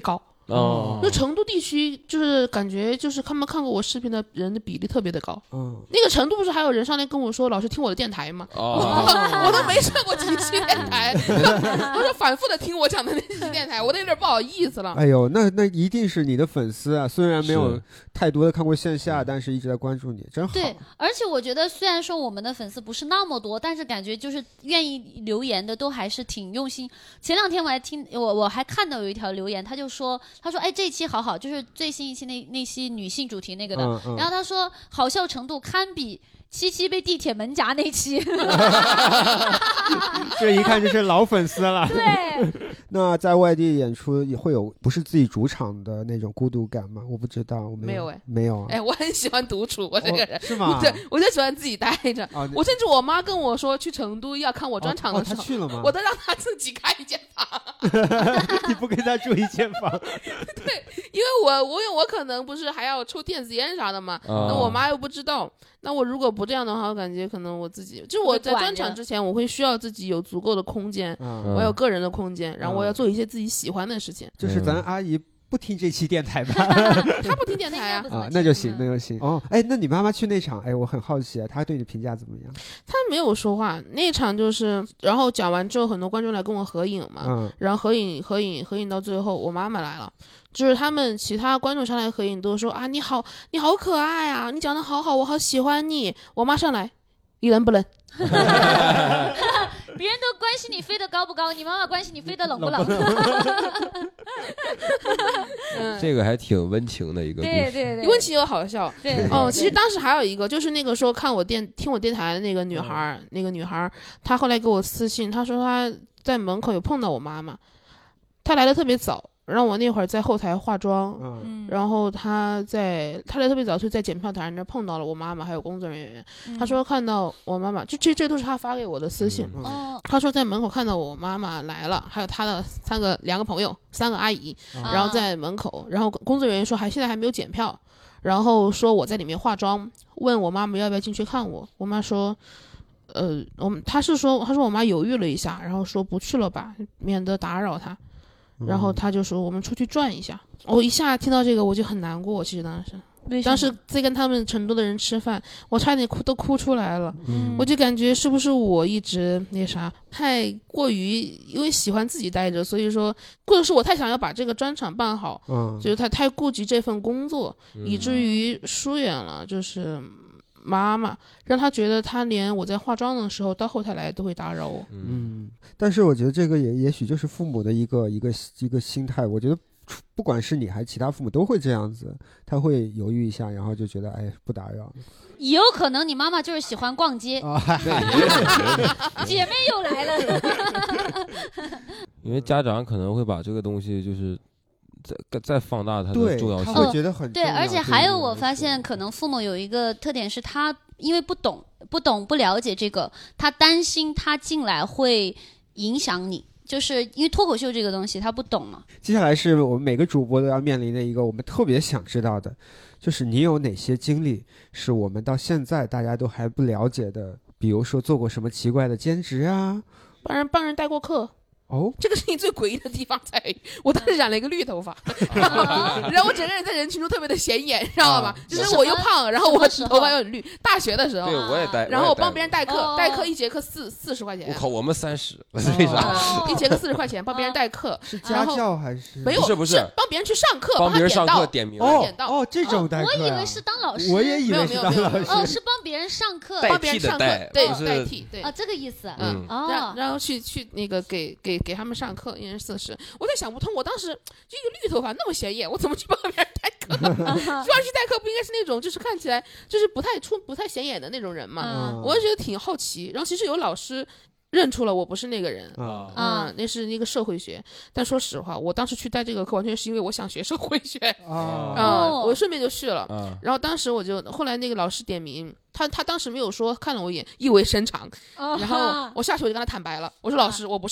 哦， 就成都地区，就是感觉就是他们看过我视频的人的比例特别的高。嗯，那个成都不是还有人上来跟我说，老师听我的电台吗？哦，我都没上过几期电台，我就反复的听我讲的那期电台，我都有点不好意思了。 哎呦，那那一定是你的粉丝啊！虽然没有太多的看过线下，但是一直在关注你，真好。 对，而且我觉得虽然说我们的粉丝不是那么多，但是感觉就是愿意留言的都还是挺用心。前两天我还听我我还看到有一条留言，他就说他说哎这一期好好，就是最新一期那那期女性主题那个的，嗯嗯、然后他说好笑程度堪比七七被地铁门夹那期。 这一看就是老粉丝了。 对。 那在外地演出也会有不是自己主场的那种孤独感吗？我不知道，我没有哎， 没有。 哎，我很喜欢独处，我这个人、 哦、是吗？ 对，我就喜欢自己待着。哦、我甚至我妈跟我说去成都要看我专场的时候， 哦哦、她去了吗？ 我都让她自己开一间房。 你不跟她住一间房？ 对，因为我我有我可能不是还要抽电子烟啥的嘛，哦、那我妈又不知道。那我如果不这样的话，我感觉可能我自己，就我在专场之前，我会需要自己有足够的空间，嗯、我有个人的空间，然后我要做一些自己喜欢的事情。 就是咱阿姨不听这期电台吧？ 她不听电台啊， 啊，那就行，那就行。哦，哎，那你妈妈去那场，哎，我很好奇啊，她对你评价怎么样？ 她没有说话，那场就是，然后讲完之后，很多观众来跟我合影嘛，嗯、然后合影合影合影到最后，我妈妈来了。就是他们其他观众上来合影都说啊，你好，你好可爱啊，你讲的好好，我好喜欢你。我妈上来，你冷不冷？ 别人都关心你飞得高不高，你妈妈关心你飞得冷不冷。 这个还挺温情的一个故事， 对对对， 温情又好笑。 对, 对, 对， 哦，其实当时还有一个，就是那个说看我电听我电台的那个女孩，嗯、那个女孩，她后来给我私信，她说她在门口有碰到我妈妈，她来的特别早。让我那会儿在后台化妆，嗯、然后他在他来特别早，就在检票台那碰到了我妈妈还有工作人员。嗯、他说看到我妈妈，就这这都是他发给我的私信。嗯、他说在门口看到我妈妈来了，还有他的三个两个朋友，三个阿姨，嗯、然后在门口，然后工作人员说还现在还没有检票，然后说我在里面化妆，问我妈妈要不要进去看我。我妈说。呃，我们他是说，他说我妈犹豫了一下，然后说不去了吧，免得打扰她。然后他就说我们出去转一下。我一下听到这个我就很难过，其实当时当时在跟他们成都的人吃饭，我差点哭都哭出来了。嗯、我就感觉是不是我一直那啥太过于因为喜欢自己待着，所以说或者是我太想要把这个专场办好，嗯、就是他太顾及这份工作，嗯、以至于疏远了就是妈妈，让他觉得他连我在化妆的时候到后台来都会打扰我。 嗯，但是我觉得这个也也许就是父母的一个一个一个心态。我觉得不管是你还是其他父母都会这样子，他会犹豫一下，然后就觉得哎不打扰。 也有可能你妈妈就是喜欢逛街，哦、姐妹又来了。 因为家长可能会把这个东西就是再再放大它的重要性， 他会觉得很重要。 对，而且还有我发现，可能父母有一个特点是他因为不懂、不懂、不了解这个，他担心他进来会影响你。就是因为脱口秀这个东西他不懂嘛。 接下来是我们每个主播都要面临的一个我们特别想知道的，就是你有哪些经历是我们到现在大家都还不了解的，比如说做过什么奇怪的兼职啊， 帮人帮人带过课。哦，这个事情最诡异的地方在于，我当时染了一个绿头发，然后我整个人在人群中特别的显眼，知道吧？啊、就是我又胖，然后我头发又很绿。大学的时候， 对，我也带， 然后我帮别人代课，哦、代课一节课四四十块钱。 我靠，我们三十，为啥？ 哦、一节课四十块钱，帮别人代课， 是家教还是？ 没有， 不是不是， 帮别人去上课， 帮别人上课点名。 哦哦，这种代课、啊哦，我以为是当老师， 我也以为是当老师。 哦，是帮别人上课， 帮别人上课，对，代替，对， 啊，这个意思， 嗯，哦，然后去去那个给给给他们上课。一人四十，我在想不通，我当时就一个绿头发那么显眼，我怎么去帮别人代课？主要去代课不应该是那种就是看起来就是不太出不太显眼的那种人嘛？嗯、我就觉得挺好奇。然后其实有老师认出了我不是那个人，啊、嗯，嗯，那是一个社会学。但说实话，我当时去带这个课完全是因为我想学社会学，啊、嗯，我顺便就去了。嗯、然后当时我就后来那个老师点名。他他当时没有说，看了我一眼，意味深长。哦、然后我下去我就跟他坦白了，我说老师，我不是他。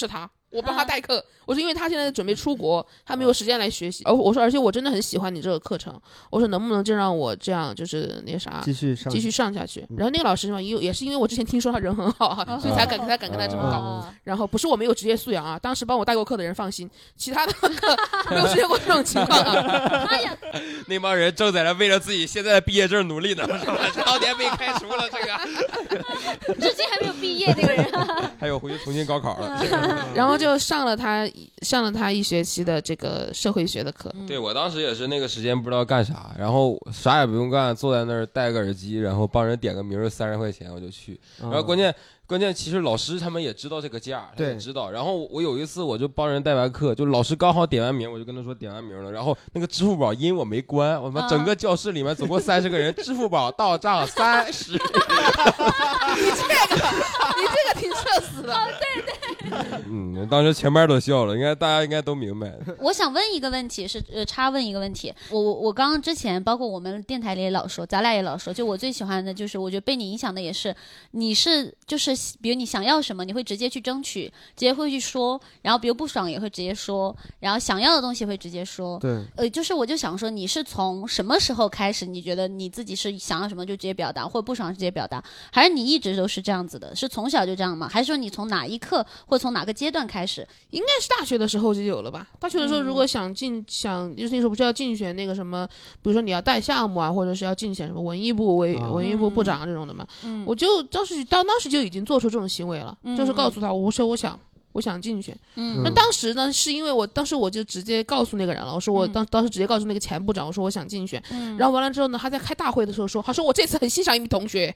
我帮他代课。我说因为他现在准备出国，他没有时间来学习。哦，我说而且我真的很喜欢你这个课程，我说能不能就让我这样就是那啥继续上继续上下去。然后那个老师嘛，也也是因为我之前听说他人很好哈，所以才敢才敢跟他这么搞。然后不是我没有职业素养啊，当时帮我带过课的人放心，其他的课没有出现过这种情况啊。 哎呀， 那帮人正在那为了自己现在的毕业证努力呢，是吧？当年被开除了，这个至今还没有毕业这个人， 还有回去重新高考了。 然后就上了他上了他一学期的这个社会学的课。 对，我当时也是那个时间不知道干啥，然后啥也不用干，坐在那儿戴个耳机，然后帮人点个名三十块钱我就去。然后关键关键其实老师他们也知道这个价，他也知道。然后我有一次我就帮人带完课，就老师刚好点完名，我就跟他说点完名了，然后那个支付宝因我没关，我们整个教室里面总共三十个人，支付宝到账三十。 你这个你这个挺社死的。 哦，对对。 嗯，当时全班都笑了，应该大家应该都明白。 我想问一个问题，是呃插问一个问题。我我我刚刚之前包括我们电台里也老说，咱俩也老说，就我最喜欢的就是，我觉得被你影响的也是，你是就是比如你想要什么，你会直接去争取，直接会去说，然后比如不爽也会直接说，然后想要的东西会直接说。 对。 呃，就是我就想说，你是从什么时候开始，你觉得你自己是想要什么就直接表达，或者不爽直接表达，还是你一直都是这样子的？是从小就这样吗？还是说你从哪一刻或从哪个阶段开始？ 应该是大学的时候就有了吧。大学的时候如果想进想就是那时候不是要竞选那个什么，比如说你要带项目啊，或者是要竞选什么文艺部委、嗯、文艺部部长这种的嘛。嗯，我就当时当当时就已经做出这种行为了，嗯、就是告诉他我说我想我想竞选。嗯，那当时呢是因为我当时我就直接告诉那个人了，我说我当、嗯、当时直接告诉那个前部长，我说我想竞选。嗯，然后完了之后呢，他在开大会的时候说，他说我这次很欣赏一名同学。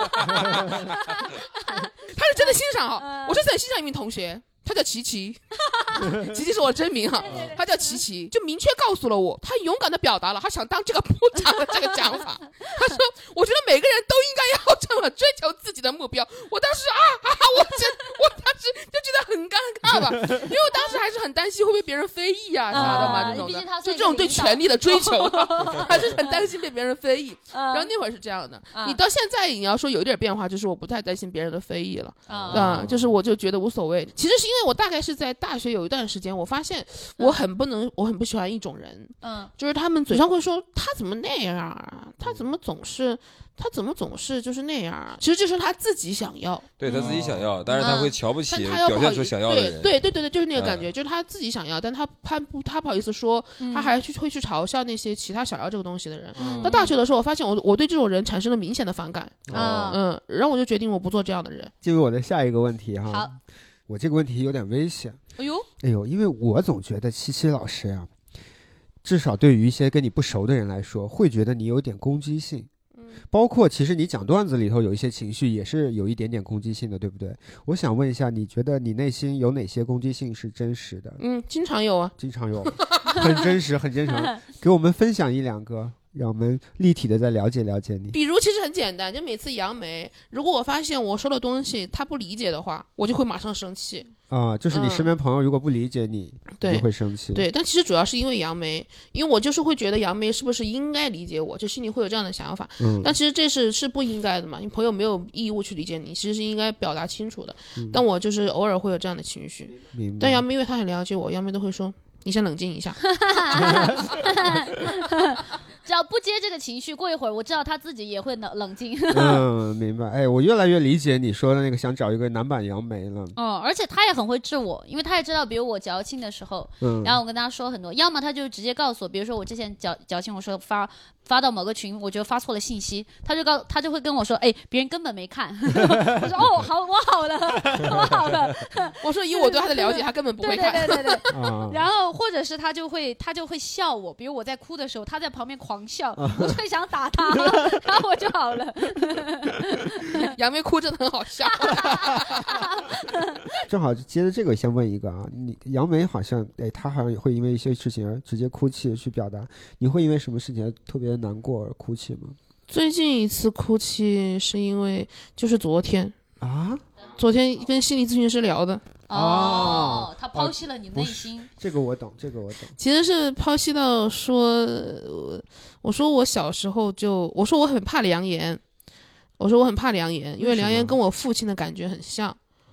他是真的欣赏哈，我这次很欣赏一名同学。他叫琪琪，琪琪是我真名哈，他叫琪琪，就明确告诉了我，他勇敢的表达了他想当这个部长的这个讲法。他说，我觉得每个人都应该要这么追求自己的目标。我当时啊啊，我真我当时就觉得很尴尬吧，因为我当时还是很担心会被别人非议啊啥的嘛，这种的，就这种对权力的追求，还是很担心被别人非议。然后那会儿是这样的，你到现在你要说有一点变化，就是我不太担心别人的非议了啊，就是我就觉得无所谓。其实是因为因为我大概是在大学有一段时间，我发现我很不能，我很不喜欢一种人，嗯，就是他们嘴上会说他怎么那样啊，他怎么总是，他怎么总是就是那样啊，其实就是他自己想要， 对他自己想要，但是他会瞧不起表现出想要的人， 对对对对，就是那个感觉，就是他自己想要，但他他不他不好意思说，他还去会去嘲笑那些其他想要这个东西的人。到大学的时候，我发现我我对这种人产生了明显的反感，嗯嗯，然后我就决定我不做这样的人。 进入我的下一个问题哈。 好。 我这个问题有点危险， 哎呦， 哎呦，因为我总觉得七七老师呀、啊，至少对于一些跟你不熟的人来说，会觉得你有点攻击性。嗯，包括其实你讲段子里头有一些情绪也是有一点点攻击性的，对不对？我想问一下，你觉得你内心有哪些攻击性是真实的？ 嗯，经常有啊， 经常有，很真实，很真诚。给我们分享一两个。让我们立体的再了解了解你。 比如其实很简单，就每次杨梅，如果我发现我说的东西他不理解的话，我就会马上生气啊、呃，就是你身边朋友如果不理解你，嗯、你就会生气。 对，但其实主要是因为杨梅，因为我就是会觉得杨梅是不是应该理解我，就心里会有这样的想法。嗯，但其实这是是不应该的嘛，你朋友没有义务去理解你，其实是应该表达清楚的。嗯、但我就是偶尔会有这样的情绪。 明白。 但杨梅因为他很了解我，杨梅都会说你先冷静一下。 只要不接这个情绪，过一会儿我知道他自己也会冷冷静。 嗯，明白。哎，我越来越理解你说的那个想找一个男版杨梅了。 嗯，而且他也很会治我，因为他也知道，比如我矫情的时候，嗯，然后我跟他说很多，要么他就直接告诉我，比如说我之前矫矫情，我说发发到某个群，我觉得发错了信息，他就告他就会跟我说，哎，别人根本没看。我说哦，好，我好了，我好了。 我说以我对他的了解，他根本不会看。 对对对对对。啊、然后或者是他就会他就会笑我，比如我在哭的时候，他在旁边狂笑，我就会想打他，然后我就好了。 杨梅哭真的很好笑。 正好接着这个先问一个啊，你杨梅好像哎，她好像也会因为一些事情而直接哭泣去表达，你会因为什么事情特别难过而哭泣吗？ 最近一次哭泣是因为就是昨天啊， 昨天跟心理咨询师聊的。 哦，他剖析了你内心、哦、 这个我懂，这个我懂。 其实是剖析到说，我说我小时候就，我说我很怕梁岩，我说我很怕梁岩，因为梁岩跟我父亲的感觉很像。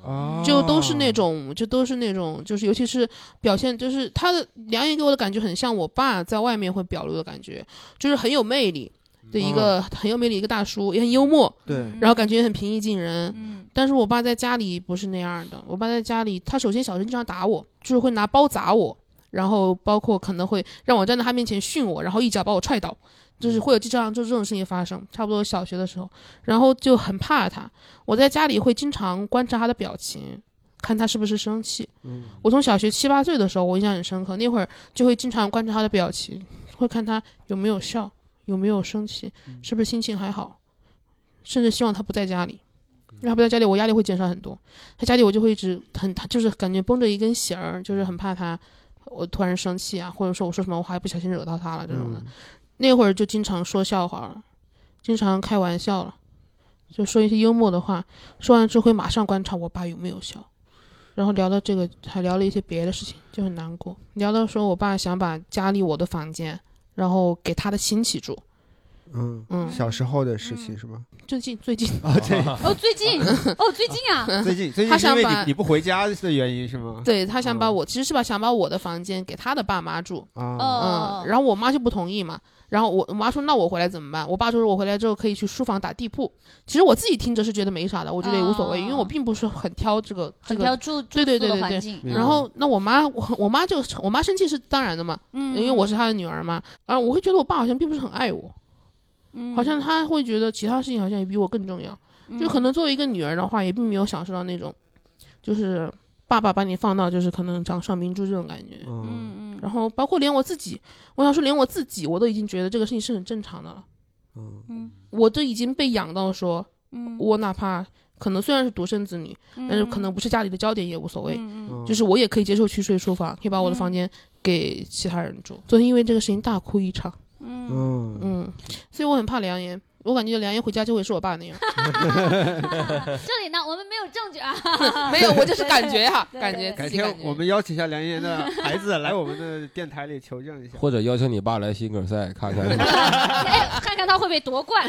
哦， 就都是那种，就都是那种，就是尤其是表现，就是他的梁岩给我的感觉很像我爸在外面会表露的感觉，就是很有魅力的一个、哦、很有魅力一个大叔，也很幽默， 对， 然后感觉也很平易近人。 嗯， 但是我爸在家里不是那样的，我爸在家里，他首先小时候经常打我，就是会拿包砸我，然后包括可能会让我站在他面前训我，然后一脚把我踹倒。就是会有这样就这种事情发生，差不多小学的时候，然后就很怕他。我在家里会经常观察他的表情，看他是不是生气。 嗯， 我从小学七八岁的时候，我印象很深刻，那会儿就会经常观察他的表情，会看他有没有笑，有没有生气，是不是心情还好，甚至希望他不在家里。因为他不在家里，我压力会减少很多。在家里我就会一直很，就是感觉绷着一根弦儿，就是很怕他，我突然生气啊，或者说我说什么话不小心惹到他了这种的。嗯，那会儿就经常说笑话了，经常开玩笑了，就说一些幽默的话，说完之后会马上观察我爸有没有笑，然后聊到这个还聊了一些别的事情，就很难过。聊到说我爸想把家里我的房间然后给他的亲戚住。 嗯嗯，小时候的事情是吗？ 最近最近哦对哦最近哦最近啊最近最近是因为你你不回家的原因是吗？ 对，他想把我、嗯、其实是把想把我的房间给他的爸妈住啊、嗯，然后我妈就不同意嘛。然后我我妈说那我回来怎么办？我爸说我回来之后可以去书房打地铺。其实我自己听着是觉得没啥的，我觉得也无所谓，哦、因为我并不是很挑这个这个很挑住对对对对对。然后那我妈我我妈就我妈生气是当然的嘛，嗯，因为我是她的女儿嘛，啊，我会觉得我爸好像并不是很爱我。嗯，好像他会觉得其他事情好像也比我更重要，嗯、就可能作为一个女儿的话，也并没有享受到那种，就是爸爸把你放到就是可能掌上明珠这种感觉。嗯嗯。然后包括连我自己，我想说连我自己我都已经觉得这个事情是很正常的了。嗯嗯。我都已经被养到说，嗯，我哪怕可能虽然是独生子女，嗯、但是可能不是家里的焦点也无所谓，嗯、就是我也可以接受去睡书房，可以把我的房间给其他人住。昨天因为这个事情大哭一场。嗯嗯，所以我很怕梁岩，我感觉梁岩回家就会是我爸那样。 这里呢，我们没有证据啊， 没有，我就是感觉哈，感觉。 改天我们邀请一下梁岩的孩子来我们的电台里求证一下， 或者邀请你爸来新梗赛看看， 哎，看看他会不会夺冠。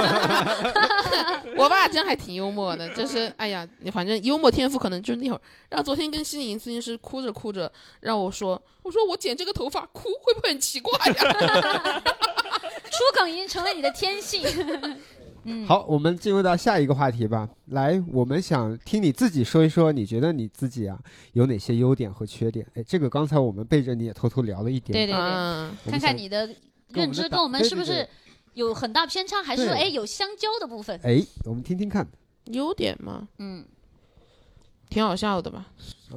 我爸真还挺幽默的，就是哎呀，反正幽默天赋可能就是那会儿。然后昨天跟心颖咨询师哭着哭着让我说，我说我剪这个头发哭会不会很奇怪呀？ 出梗已经成了你的天性。 嗯，好，我们进入到下一个话题吧。来，我们想听你自己说一说，你觉得你自己啊有哪些优点和缺点？哎，这个刚才我们背着你也偷偷聊了一点。 对对对，嗯、看看你的认知跟我们是不是有很大偏差，还是说哎有相交的部分？ 哎，我们听听看。 优点吗？嗯，挺好笑的吧。嗯、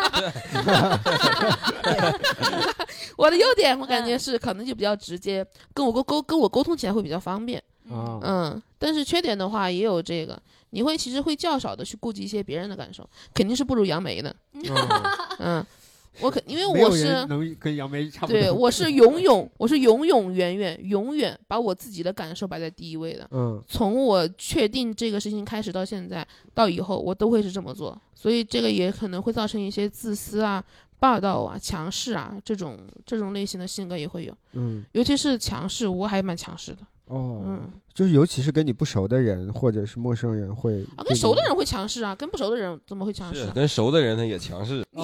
我的优点我感觉是可能就比较直接，跟我沟沟跟我沟通起来会比较方便。嗯, 嗯，但是缺点的话也有这个，你会其实会较少的去顾及一些别人的感受，肯定是不如杨梅的。嗯, 嗯，我可因为我是能跟杨梅差不多， 对，我是永永我是永永远远永远把我自己的感受摆在第一位的。嗯，从我确定这个事情开始到现在到以后，我都会是这么做，所以这个也可能会造成一些自私啊、霸道啊、强势啊这种这种类型的性格也会有。嗯，尤其是强势，我还蛮强势的。 哦，嗯，就是尤其是跟你不熟的人或者是陌生人会啊，跟熟的人会强势啊，跟不熟的人怎么会强势、啊？ 是跟熟的人他也强势。哦、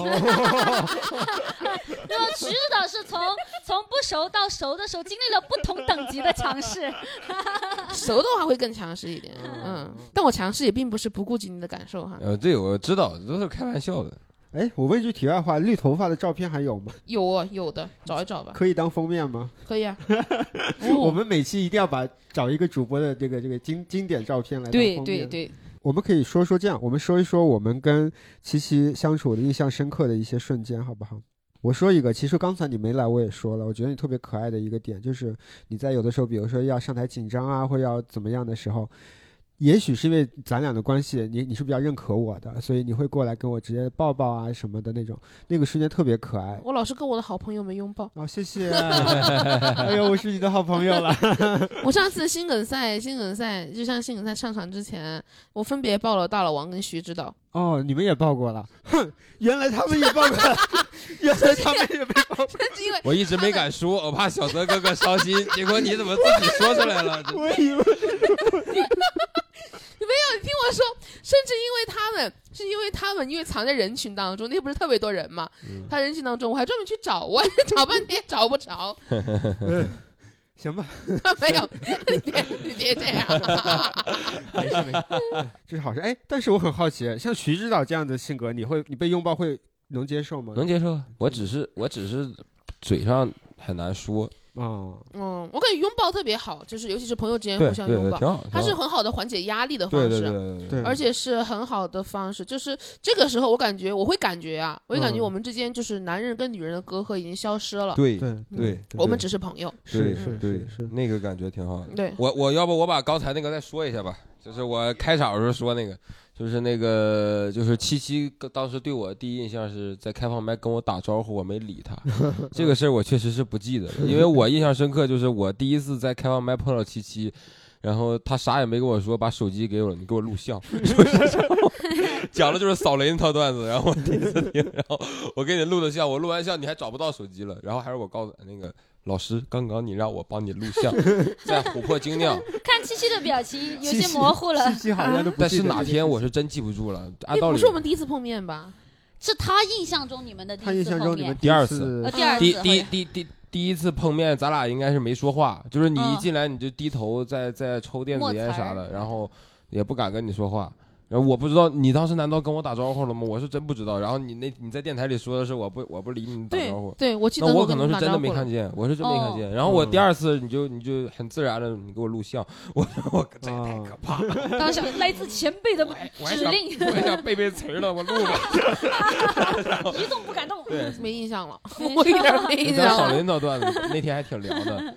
那么徐指导是从从不熟到熟的时候经历了不同等级的强势， 熟的话会更强势一点。嗯，但我强势也并不是不顾及你的感受哈。 呃，对，我知道，都是开玩笑的。 哎，我问句题外话，绿头发的照片还有吗？ 有啊，有的，找一找吧。 可以当封面吗？ 可以啊。 我们每期一定要把找一个主播的这个这个经经典照片来当封面。 对对对。 我们可以说说这样，我们说一说我们跟七七相处的印象深刻的一些瞬间，好不好？我说一个，其实刚才你没来我也说了，我觉得你特别可爱的一个点，就是你在有的时候，比如说要上台紧张啊，或要怎么样的时候。也许是因为咱俩的关系，你你是比较认可我的，所以你会过来跟我直接抱抱啊什么的那种，那个瞬间特别可爱。 我老是跟我的好朋友们拥抱。 哦，谢谢。哎呦，我是你的好朋友了。 我上次心梗赛，心梗赛就像心梗赛上场之前，我分别抱了大老王跟徐指导。 哦，你们也抱过了？哼，原来他们也抱过了，原来他们也被抱过。 我一直没敢说，我怕小泽哥哥伤心，结果你怎么自己说出来了？ 我以为。 没有，你听我说， 甚至因为他们是因为他们因为藏在人群当中，那不是特别多人嘛，嗯、他人群当中我还专门去找，我找半天找不着。 行吧， 没有，你别你别这样， 没事没事，这是好事。哎，但是我很好奇，像徐指导这样的性格，你会你被拥抱会能接受吗？ 能接受，我只是我只是嘴上很难说。 哦， 嗯，我感觉拥抱特别好，就是尤其是朋友之间互相拥抱，它是很好的缓解压力的方式， 对对对对对， 而且是很好的方式。就是这个时候，我感觉我会感觉啊，我会感觉我们之间就是男人跟女人的隔阂已经消失了。 对对对， 我们只是朋友。 是是对是那个感觉挺好的。 对， 我我要不我把刚才那个再说一下吧，就是我开场的时候说那个。就是那个，就是七七当时对我第一印象是在开放麦跟我打招呼，我没理他。这个事儿我确实是不记得了，因为我印象深刻，就是我第一次在开放麦碰到七七，然后他啥也没跟我说，把手机给我，你给我录像，讲的就是扫雷那套段子，然后我第一次听，然后我给你录的像，我录完像你还找不到手机了，然后还是我告诉那个。老师，刚刚你让我帮你录像，在琥珀精酿。 看七七的表情有些模糊了， 七七好像都不记得。 但是哪天我是真记不住了。按道理不是我们第一次碰面吧？ 是他印象中你们的第一次碰面， 第二次， 呃，第二次， 第第第第第一次碰面，咱俩应该是没说话，就是你一进来你就低头在在抽电子烟啥的，然后也不敢跟你说话。然后我不知道你当时难道跟我打招呼了吗？我是真不知道。然后你那你在电台里说的是我不我不理你打招呼， 对，对我记得那我可能是真的没看见，我是真没看见。 哦、 然后我第二次你就你就很自然的你给我录像，我我这也太可怕了。 当时来自前辈的指令， 我还想背背词了，我录了， 一动不敢动。 对， 没印象了，我有点没印象了。 少林那段子那天还挺聊的。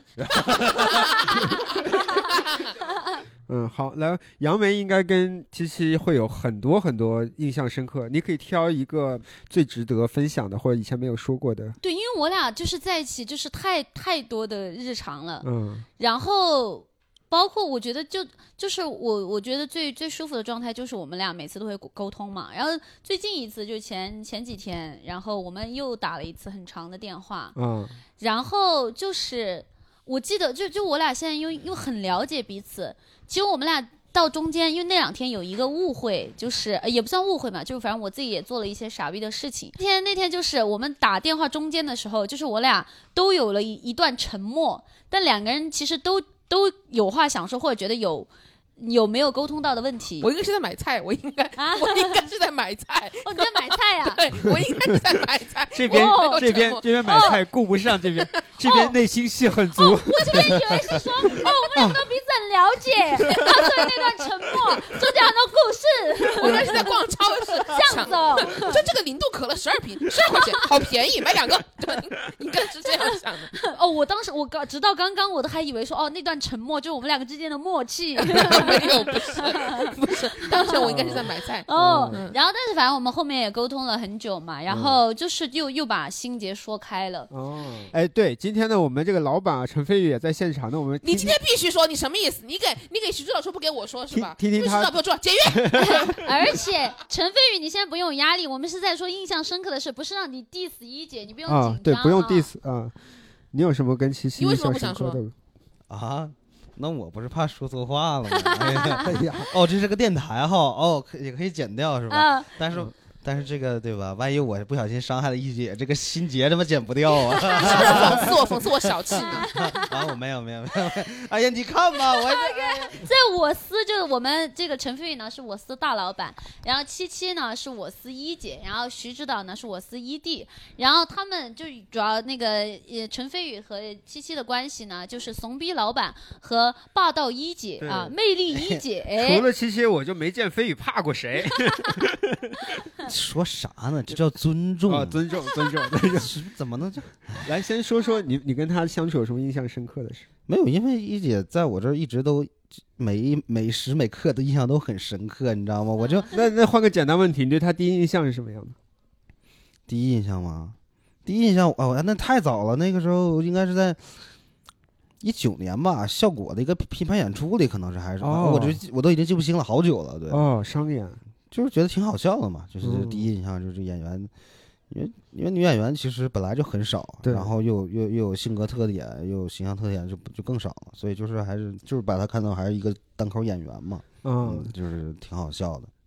嗯，好，来，杨梅应该跟七七会有很多很多印象深刻，你可以挑一个最值得分享的，或者以前没有说过的。 对，因为我俩就是在一起，就是太太多的日常了。 嗯， 然后包括我觉得就就是我我觉得最最舒服的状态就是我们俩每次都会沟通嘛。然后最近一次就前前几天，然后我们又打了一次很长的电话。 嗯， 然后就是我记得就就我俩现在又又很了解彼此。其实我们俩到中间，因为那两天有一个误会，就是、呃、也不算误会嘛，就是反正我自己也做了一些傻逼的事情。那天那天就是我们打电话中间的时候，就是我俩都有了一一段沉默，但两个人其实都都有话想说，或者觉得有有没有沟通到的问题。 我应该是在买菜，我应该啊，我应该是在买菜。 哦，你在买菜呀、啊？ 对，我应该是在买菜。 这边、哦、这边这边买菜顾不上，这边、哦、这边内心戏很足。 哦、我这边以为是说，哦，我们两个彼此很了解，然后所以那段沉默中间很多故事。 我应该是在逛超市， 这样子哦。 就这个零度可乐十二瓶，十二块钱，好便宜，买两个。对，应该是这样想的。 哦，我当时我刚直到刚刚我都还以为说，哦，那段沉默就是我们两个之间的默契。 没有，不是，不是，当时我应该是在买菜。 哦，嗯、然后但是反正我们后面也沟通了很久嘛，然后就是又、嗯、又把心结说开了。 哦，哎，对，今天呢，我们这个老板陈飞宇也在现场，那我们听听你今天必须说，你什么意思？你给你给徐指导说，不给我说是吧？ 听听他， 徐指导不要说节约。 而且陈飞宇，你现在不用有压力，我们是在说印象深刻的事，不是让你 diss 一姐，你不用紧张、啊。 对，不用 diss 啊。你有什么跟七七印象深刻的？ 啊？那我不是怕说错话了吗？哎呀，哦，这是个电台哈，哦，可也可以剪掉是吧？啊、但是但是这个对吧？万一我不小心伤害了一姐，这个心结怎么剪不掉啊？ 是不是讽刺我？讽刺我小气呢？ 啊，我没有没有没有。哎呀，你看吧，我在我司就是我们这个陈飞宇呢是我司大老板，然后七七呢是我司一姐，然后徐指导呢是我司一弟，然后他们就主要那个呃陈飞宇和七七的关系呢就是怂逼老板和霸道一姐啊，魅力一姐。哎、 除了七七，我就没见飞宇怕过谁。 说啥呢？这叫尊重啊、哦！尊重，尊重，尊重。 怎么能这？ 来，先说说你，你跟他相处有什么印象深刻的事？ 没有，因为一姐在我这儿一直都每每时每刻的印象都很深刻，你知道吗？我就那那换个简单问题，你对他第一印象是什么样的？ 第一印象吗？第一印象哦，那太早了，那个时候应该是在一九年吧，效果的一个拼盘演出里，可能是还是什么，哦、我就我都已经记不清了，好久了。对， 哦，商演。 就是觉得挺好笑的嘛，就是第一印象就是演员，嗯、因为因为女演员其实本来就很少，然后又又又有性格特点，又有形象特点就就更少了，所以就是还是就是把她看到还是一个单口演员嘛，嗯，嗯就是挺好笑的。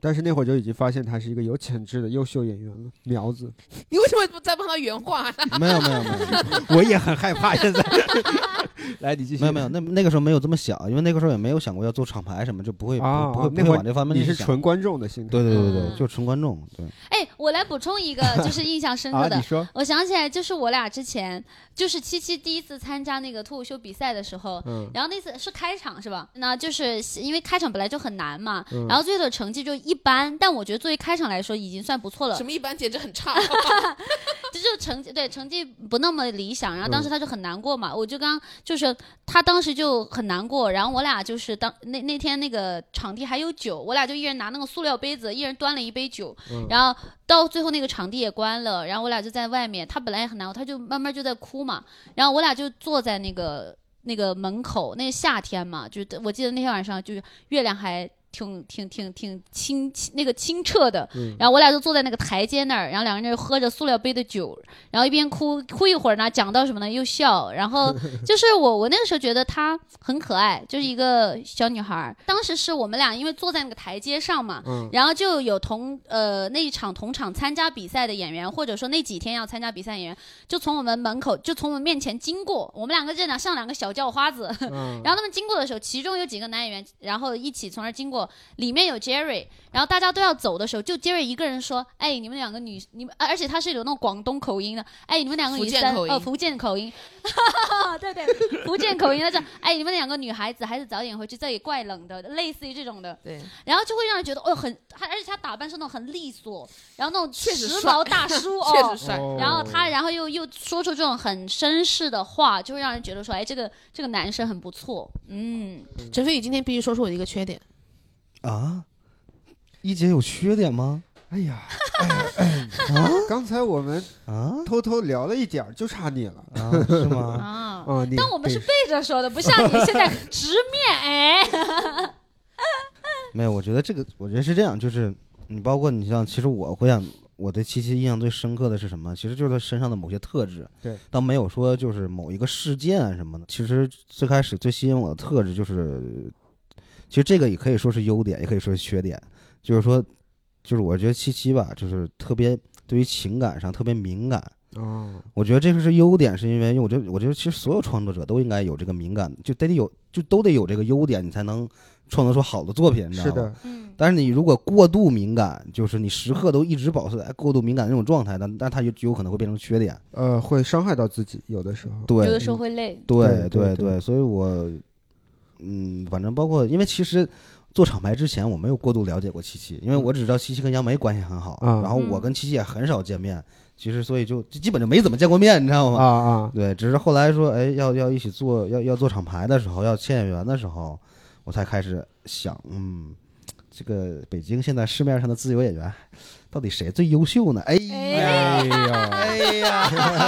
但是那会儿就已经发现他是一个有潜质的优秀演员了，苗子。 你为什么不再帮他原话呢？ 没有没有没有， 我也很害怕现在。来，你继续。 没有没有，那那个时候没有这么想，因为那个时候也没有想过要做厂牌什么，就不会、 啊、 不会不会往这方面。 你是纯观众的心态。 对对对对，嗯、就纯观众。对。 哎，我来补充一个，就是印象深刻的。 啊、你说。 我想起来，就是我俩之前，就是七七第一次参加那个脱口秀比赛的时候，嗯，然后那次是开场是吧？那就是因为开场本来就很难嘛，嗯、然后最后的成绩就一般，但我觉得作为开场来说已经算不错了。 什么一般，简直很差。 这就成绩对成绩不那么理想，然后当时他就很难过嘛，嗯、我就刚就是他当时就很难过，然后我俩就是当那那天那个场地还有酒，我俩就一人拿那个塑料杯子，一人端了一杯酒，嗯、然后到最后那个场地也关了，然后我俩就在外面，他本来也很难过，他就慢慢就在哭嘛，然后我俩就坐在那个那个门口，那个夏天嘛，就我记得那天晚上就是月亮还。挺挺挺挺清那个清澈的，嗯、然后我俩就坐在那个台阶那儿，然后两个人就喝着塑料杯的酒，然后一边哭哭一会儿呢，讲到什么呢又笑，然后就是我我那个时候觉得她很可爱，就是一个小女孩。当时是我们俩因为坐在那个台阶上嘛，嗯、然后就有同呃那一场同场参加比赛的演员，或者说那几天要参加比赛演员，就从我们门口就从我们面前经过，我们两个这样像两个小叫花子，嗯、然后他们经过的时候，其中有几个男演员，然后一起从那儿经过。里面有 Jerry， 然后大家都要走的时候，就 Jerry 一个人说：“哎，你们两个女，你们，而且他是有那种广东口音的，哎，你们两个女生，哦，福建口音，对对，福建口音，他说，哎，你们两个女孩子还是早点回去，这里怪冷的，类似于这种的，对，然后就会让人觉得哦，很，他而且他打扮是那种很利索，然后那种时髦大叔哦， 确实帅， 然后他，然后又又说出这种很绅士的话，就会让人觉得说，哎，这个这个男生很不错，嗯， 陈飞宇今天必须说出我的一个缺点。 啊，一姐有缺点吗？ 哎呀，哎哎啊！刚才我们啊偷偷聊了一点，就差你了， 啊、是吗？ 啊， 哦， 但我们是背着说的，不像你现在直面哎。 没有，我觉得这个，我觉得是这样，就是你包括你像，其实我回想我对七七印象最深刻的是什么？其实就是他身上的某些特质， 对， 倒没有说就是某一个事件什么的。其实最开始最吸引我的特质就是。其实这个也可以说是优点，也可以说是缺点。就是说，就是我觉得七七吧，就是特别对于情感上特别敏感。 哦， 我觉得这个是优点，是因为因为我觉得我觉得其实所有创作者都应该有这个敏感，就得有就都得有这个优点，你才能创作出好的作品，你知道吗？ 是的， 嗯。 但是你如果过度敏感，就是你时刻都一直保持在过度敏感的那种状态，但但它有有可能会变成缺点。 呃，会伤害到自己，有的时候。 对， 有的时候会累。 对对对 对, 对，所以我。嗯，反正包括，因为其实做厂牌之前我没有过度了解过七七，因为我只知道七七跟杨梅关系很好，嗯、然后我跟七七也很少见面，其实所以就基本就没怎么见过面，你知道吗？ 啊啊， 对，只是后来说，哎，要要一起做，要要做厂牌的时候，要签演员的时候，我才开始想，嗯，这个北京现在市面上的自由演员，到底谁最优秀呢？哎呀，哎呀，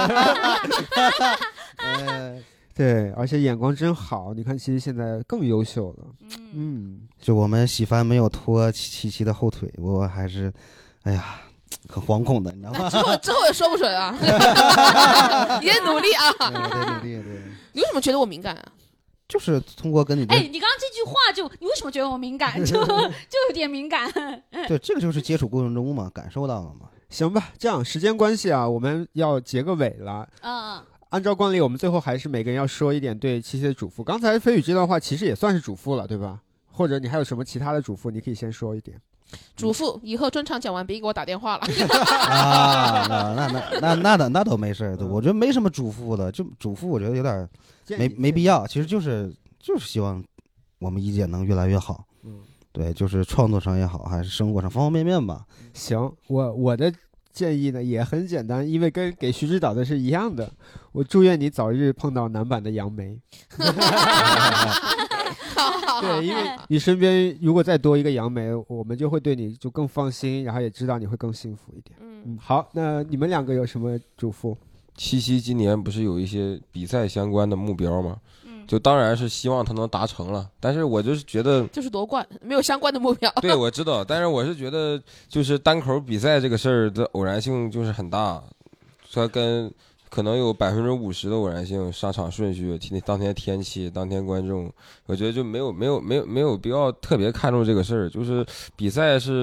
哎。对，而且眼光真好，你看七七现在更优秀了。嗯， 就我们喜番没有拖七七的后腿，我还是，哎呀，很惶恐的，你知道吗？ 之后之后也说不准啊，也努力啊， 对，努力对。 你为什么觉得我敏感啊？ 就是通过跟你哎，你刚刚这句话就你为什么觉得我敏感？就就有点敏感。 对，这个就是接触过程中嘛，感受到了嘛。 行吧，这样时间关系啊，我们要结个尾了。 嗯。 按照惯例，我们最后还是每个人要说一点对七七的嘱咐。刚才飞宇这段话其实也算是嘱咐了，对吧？或者你还有什么其他的嘱咐，你可以先说一点。 嘱咐以后专场讲完别给我打电话了。 啊，那那那那那倒那倒没事，我觉得没什么嘱咐的，就嘱咐我觉得有点没没必要。其实就是就是希望我们一姐能越来越好。嗯，对，就是创作上也好，还是生活上方方面面吧。 行，我我的。建议呢也很简单，因为跟给徐指导的是一样的。我祝愿你早日碰到男版的杨梅。对，因为你身边如果再多一个杨梅，我们就会对你就更放心，然后也知道你会更幸福一点。嗯，好，那你们两个有什么嘱咐？ 七七今年不是有一些比赛相关的目标吗？就当然是希望他能达成了，但是我就是觉得就是夺冠没有相关的目标。 对，我知道，但是我是觉得就是单口比赛这个事儿的偶然性就是很大，它跟可能有百分之五十的偶然性，上场顺序、当天天气、当天观众，我觉得就没有没有没有没有必要特别看重这个事儿。就是比赛是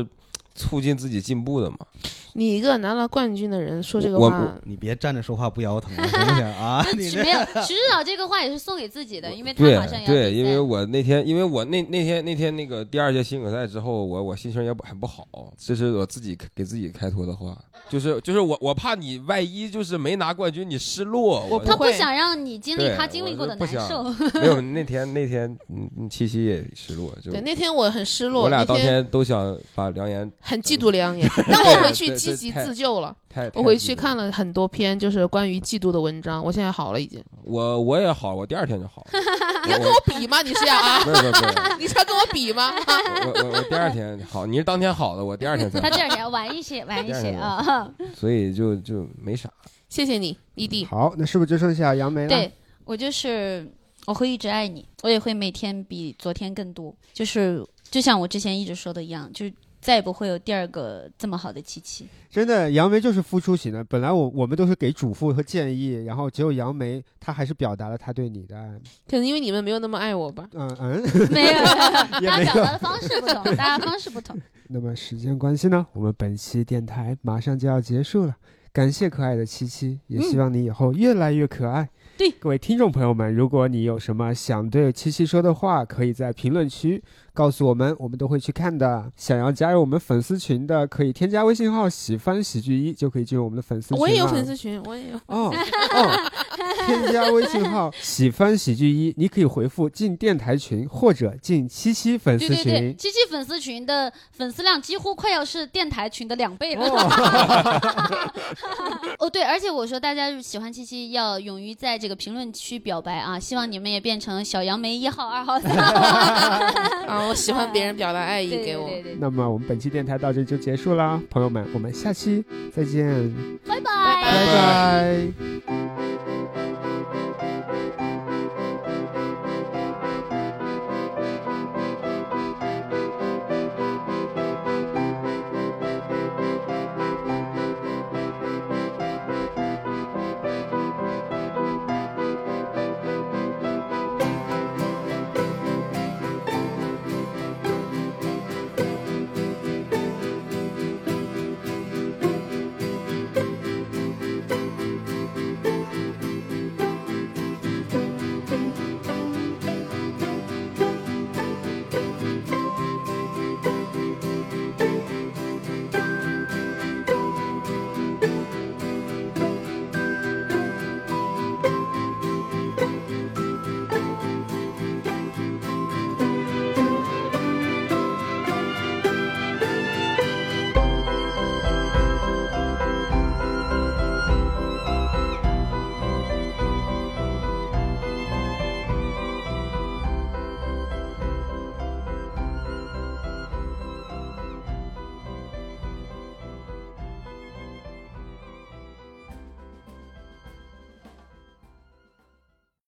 促进自己进步的嘛。 你一个拿了冠军的人说这个话， 你别站着说话不腰疼了，行不行啊？你没有，徐指导这个话也是送给自己的，因为他马上要对对，因为我那天，因为我那那天那天那个第二届新可赛之后，我我心情也很不好，这是我自己给自己开脱的话，就是就是我我怕你万一就是没拿冠军，你失落。 我他不想让你经历他经历过的难受。 没有，那天那天嗯，七七也失落，就对那天我很失落， 我俩当天都想把梁岩， 很嫉妒梁岩，但我回去积极自救了。我回去看了很多篇就是关于嫉妒的文章，我现在好了已经。 我我也好，我第二天就好了。 你要跟我比吗？你是要啊？ 没有没有没有， 你是要跟我比吗？ 我我我第二天好，你是当天好的，我第二天才好。 他第二天晚一些，晚一些啊。 所以就就没啥。 谢谢你，一弟。 好，那是不是就剩下杨梅了？ 对，我就是我会一直爱你，我也会每天比昨天更多，就是就像我之前一直说的一样，就是。再也不会有第二个这么好的七七。 真的，杨梅就是付出型的。本来我我们都是给嘱咐和建议，然后只有杨梅，她还是表达了她对你的爱。 可能因为你们没有那么爱我吧。 嗯嗯， 没有，大家表达的方式不同，大家方式不同。 那么时间关系呢，我们本期电台马上就要结束了。感谢可爱的七七，也希望你以后越来越可爱。 对， 各位听众朋友们，如果你有什么想对七七说的话，可以在评论区告诉我们，我们都会去看的。想要加入我们粉丝群的，可以添加微信号喜欢喜剧一，就可以进入我们的粉丝群。 我也有粉丝群，我也有。 哦哦，添加微信号喜欢喜剧一，你可以回复进电台群或者进七七粉丝群。 对对对，七七粉丝群的粉丝量几乎快要是电台群的两倍了。哦, 哦对，而且我说大家喜欢七七要勇于在这个评论区表白啊，希望你们也变成小杨梅一号、二号、三号。 啊，我喜欢别人表达爱意给我。 对对对对， 那么我们本期电台到这就结束啦，朋友们，我们下期再见， 拜拜， 拜拜。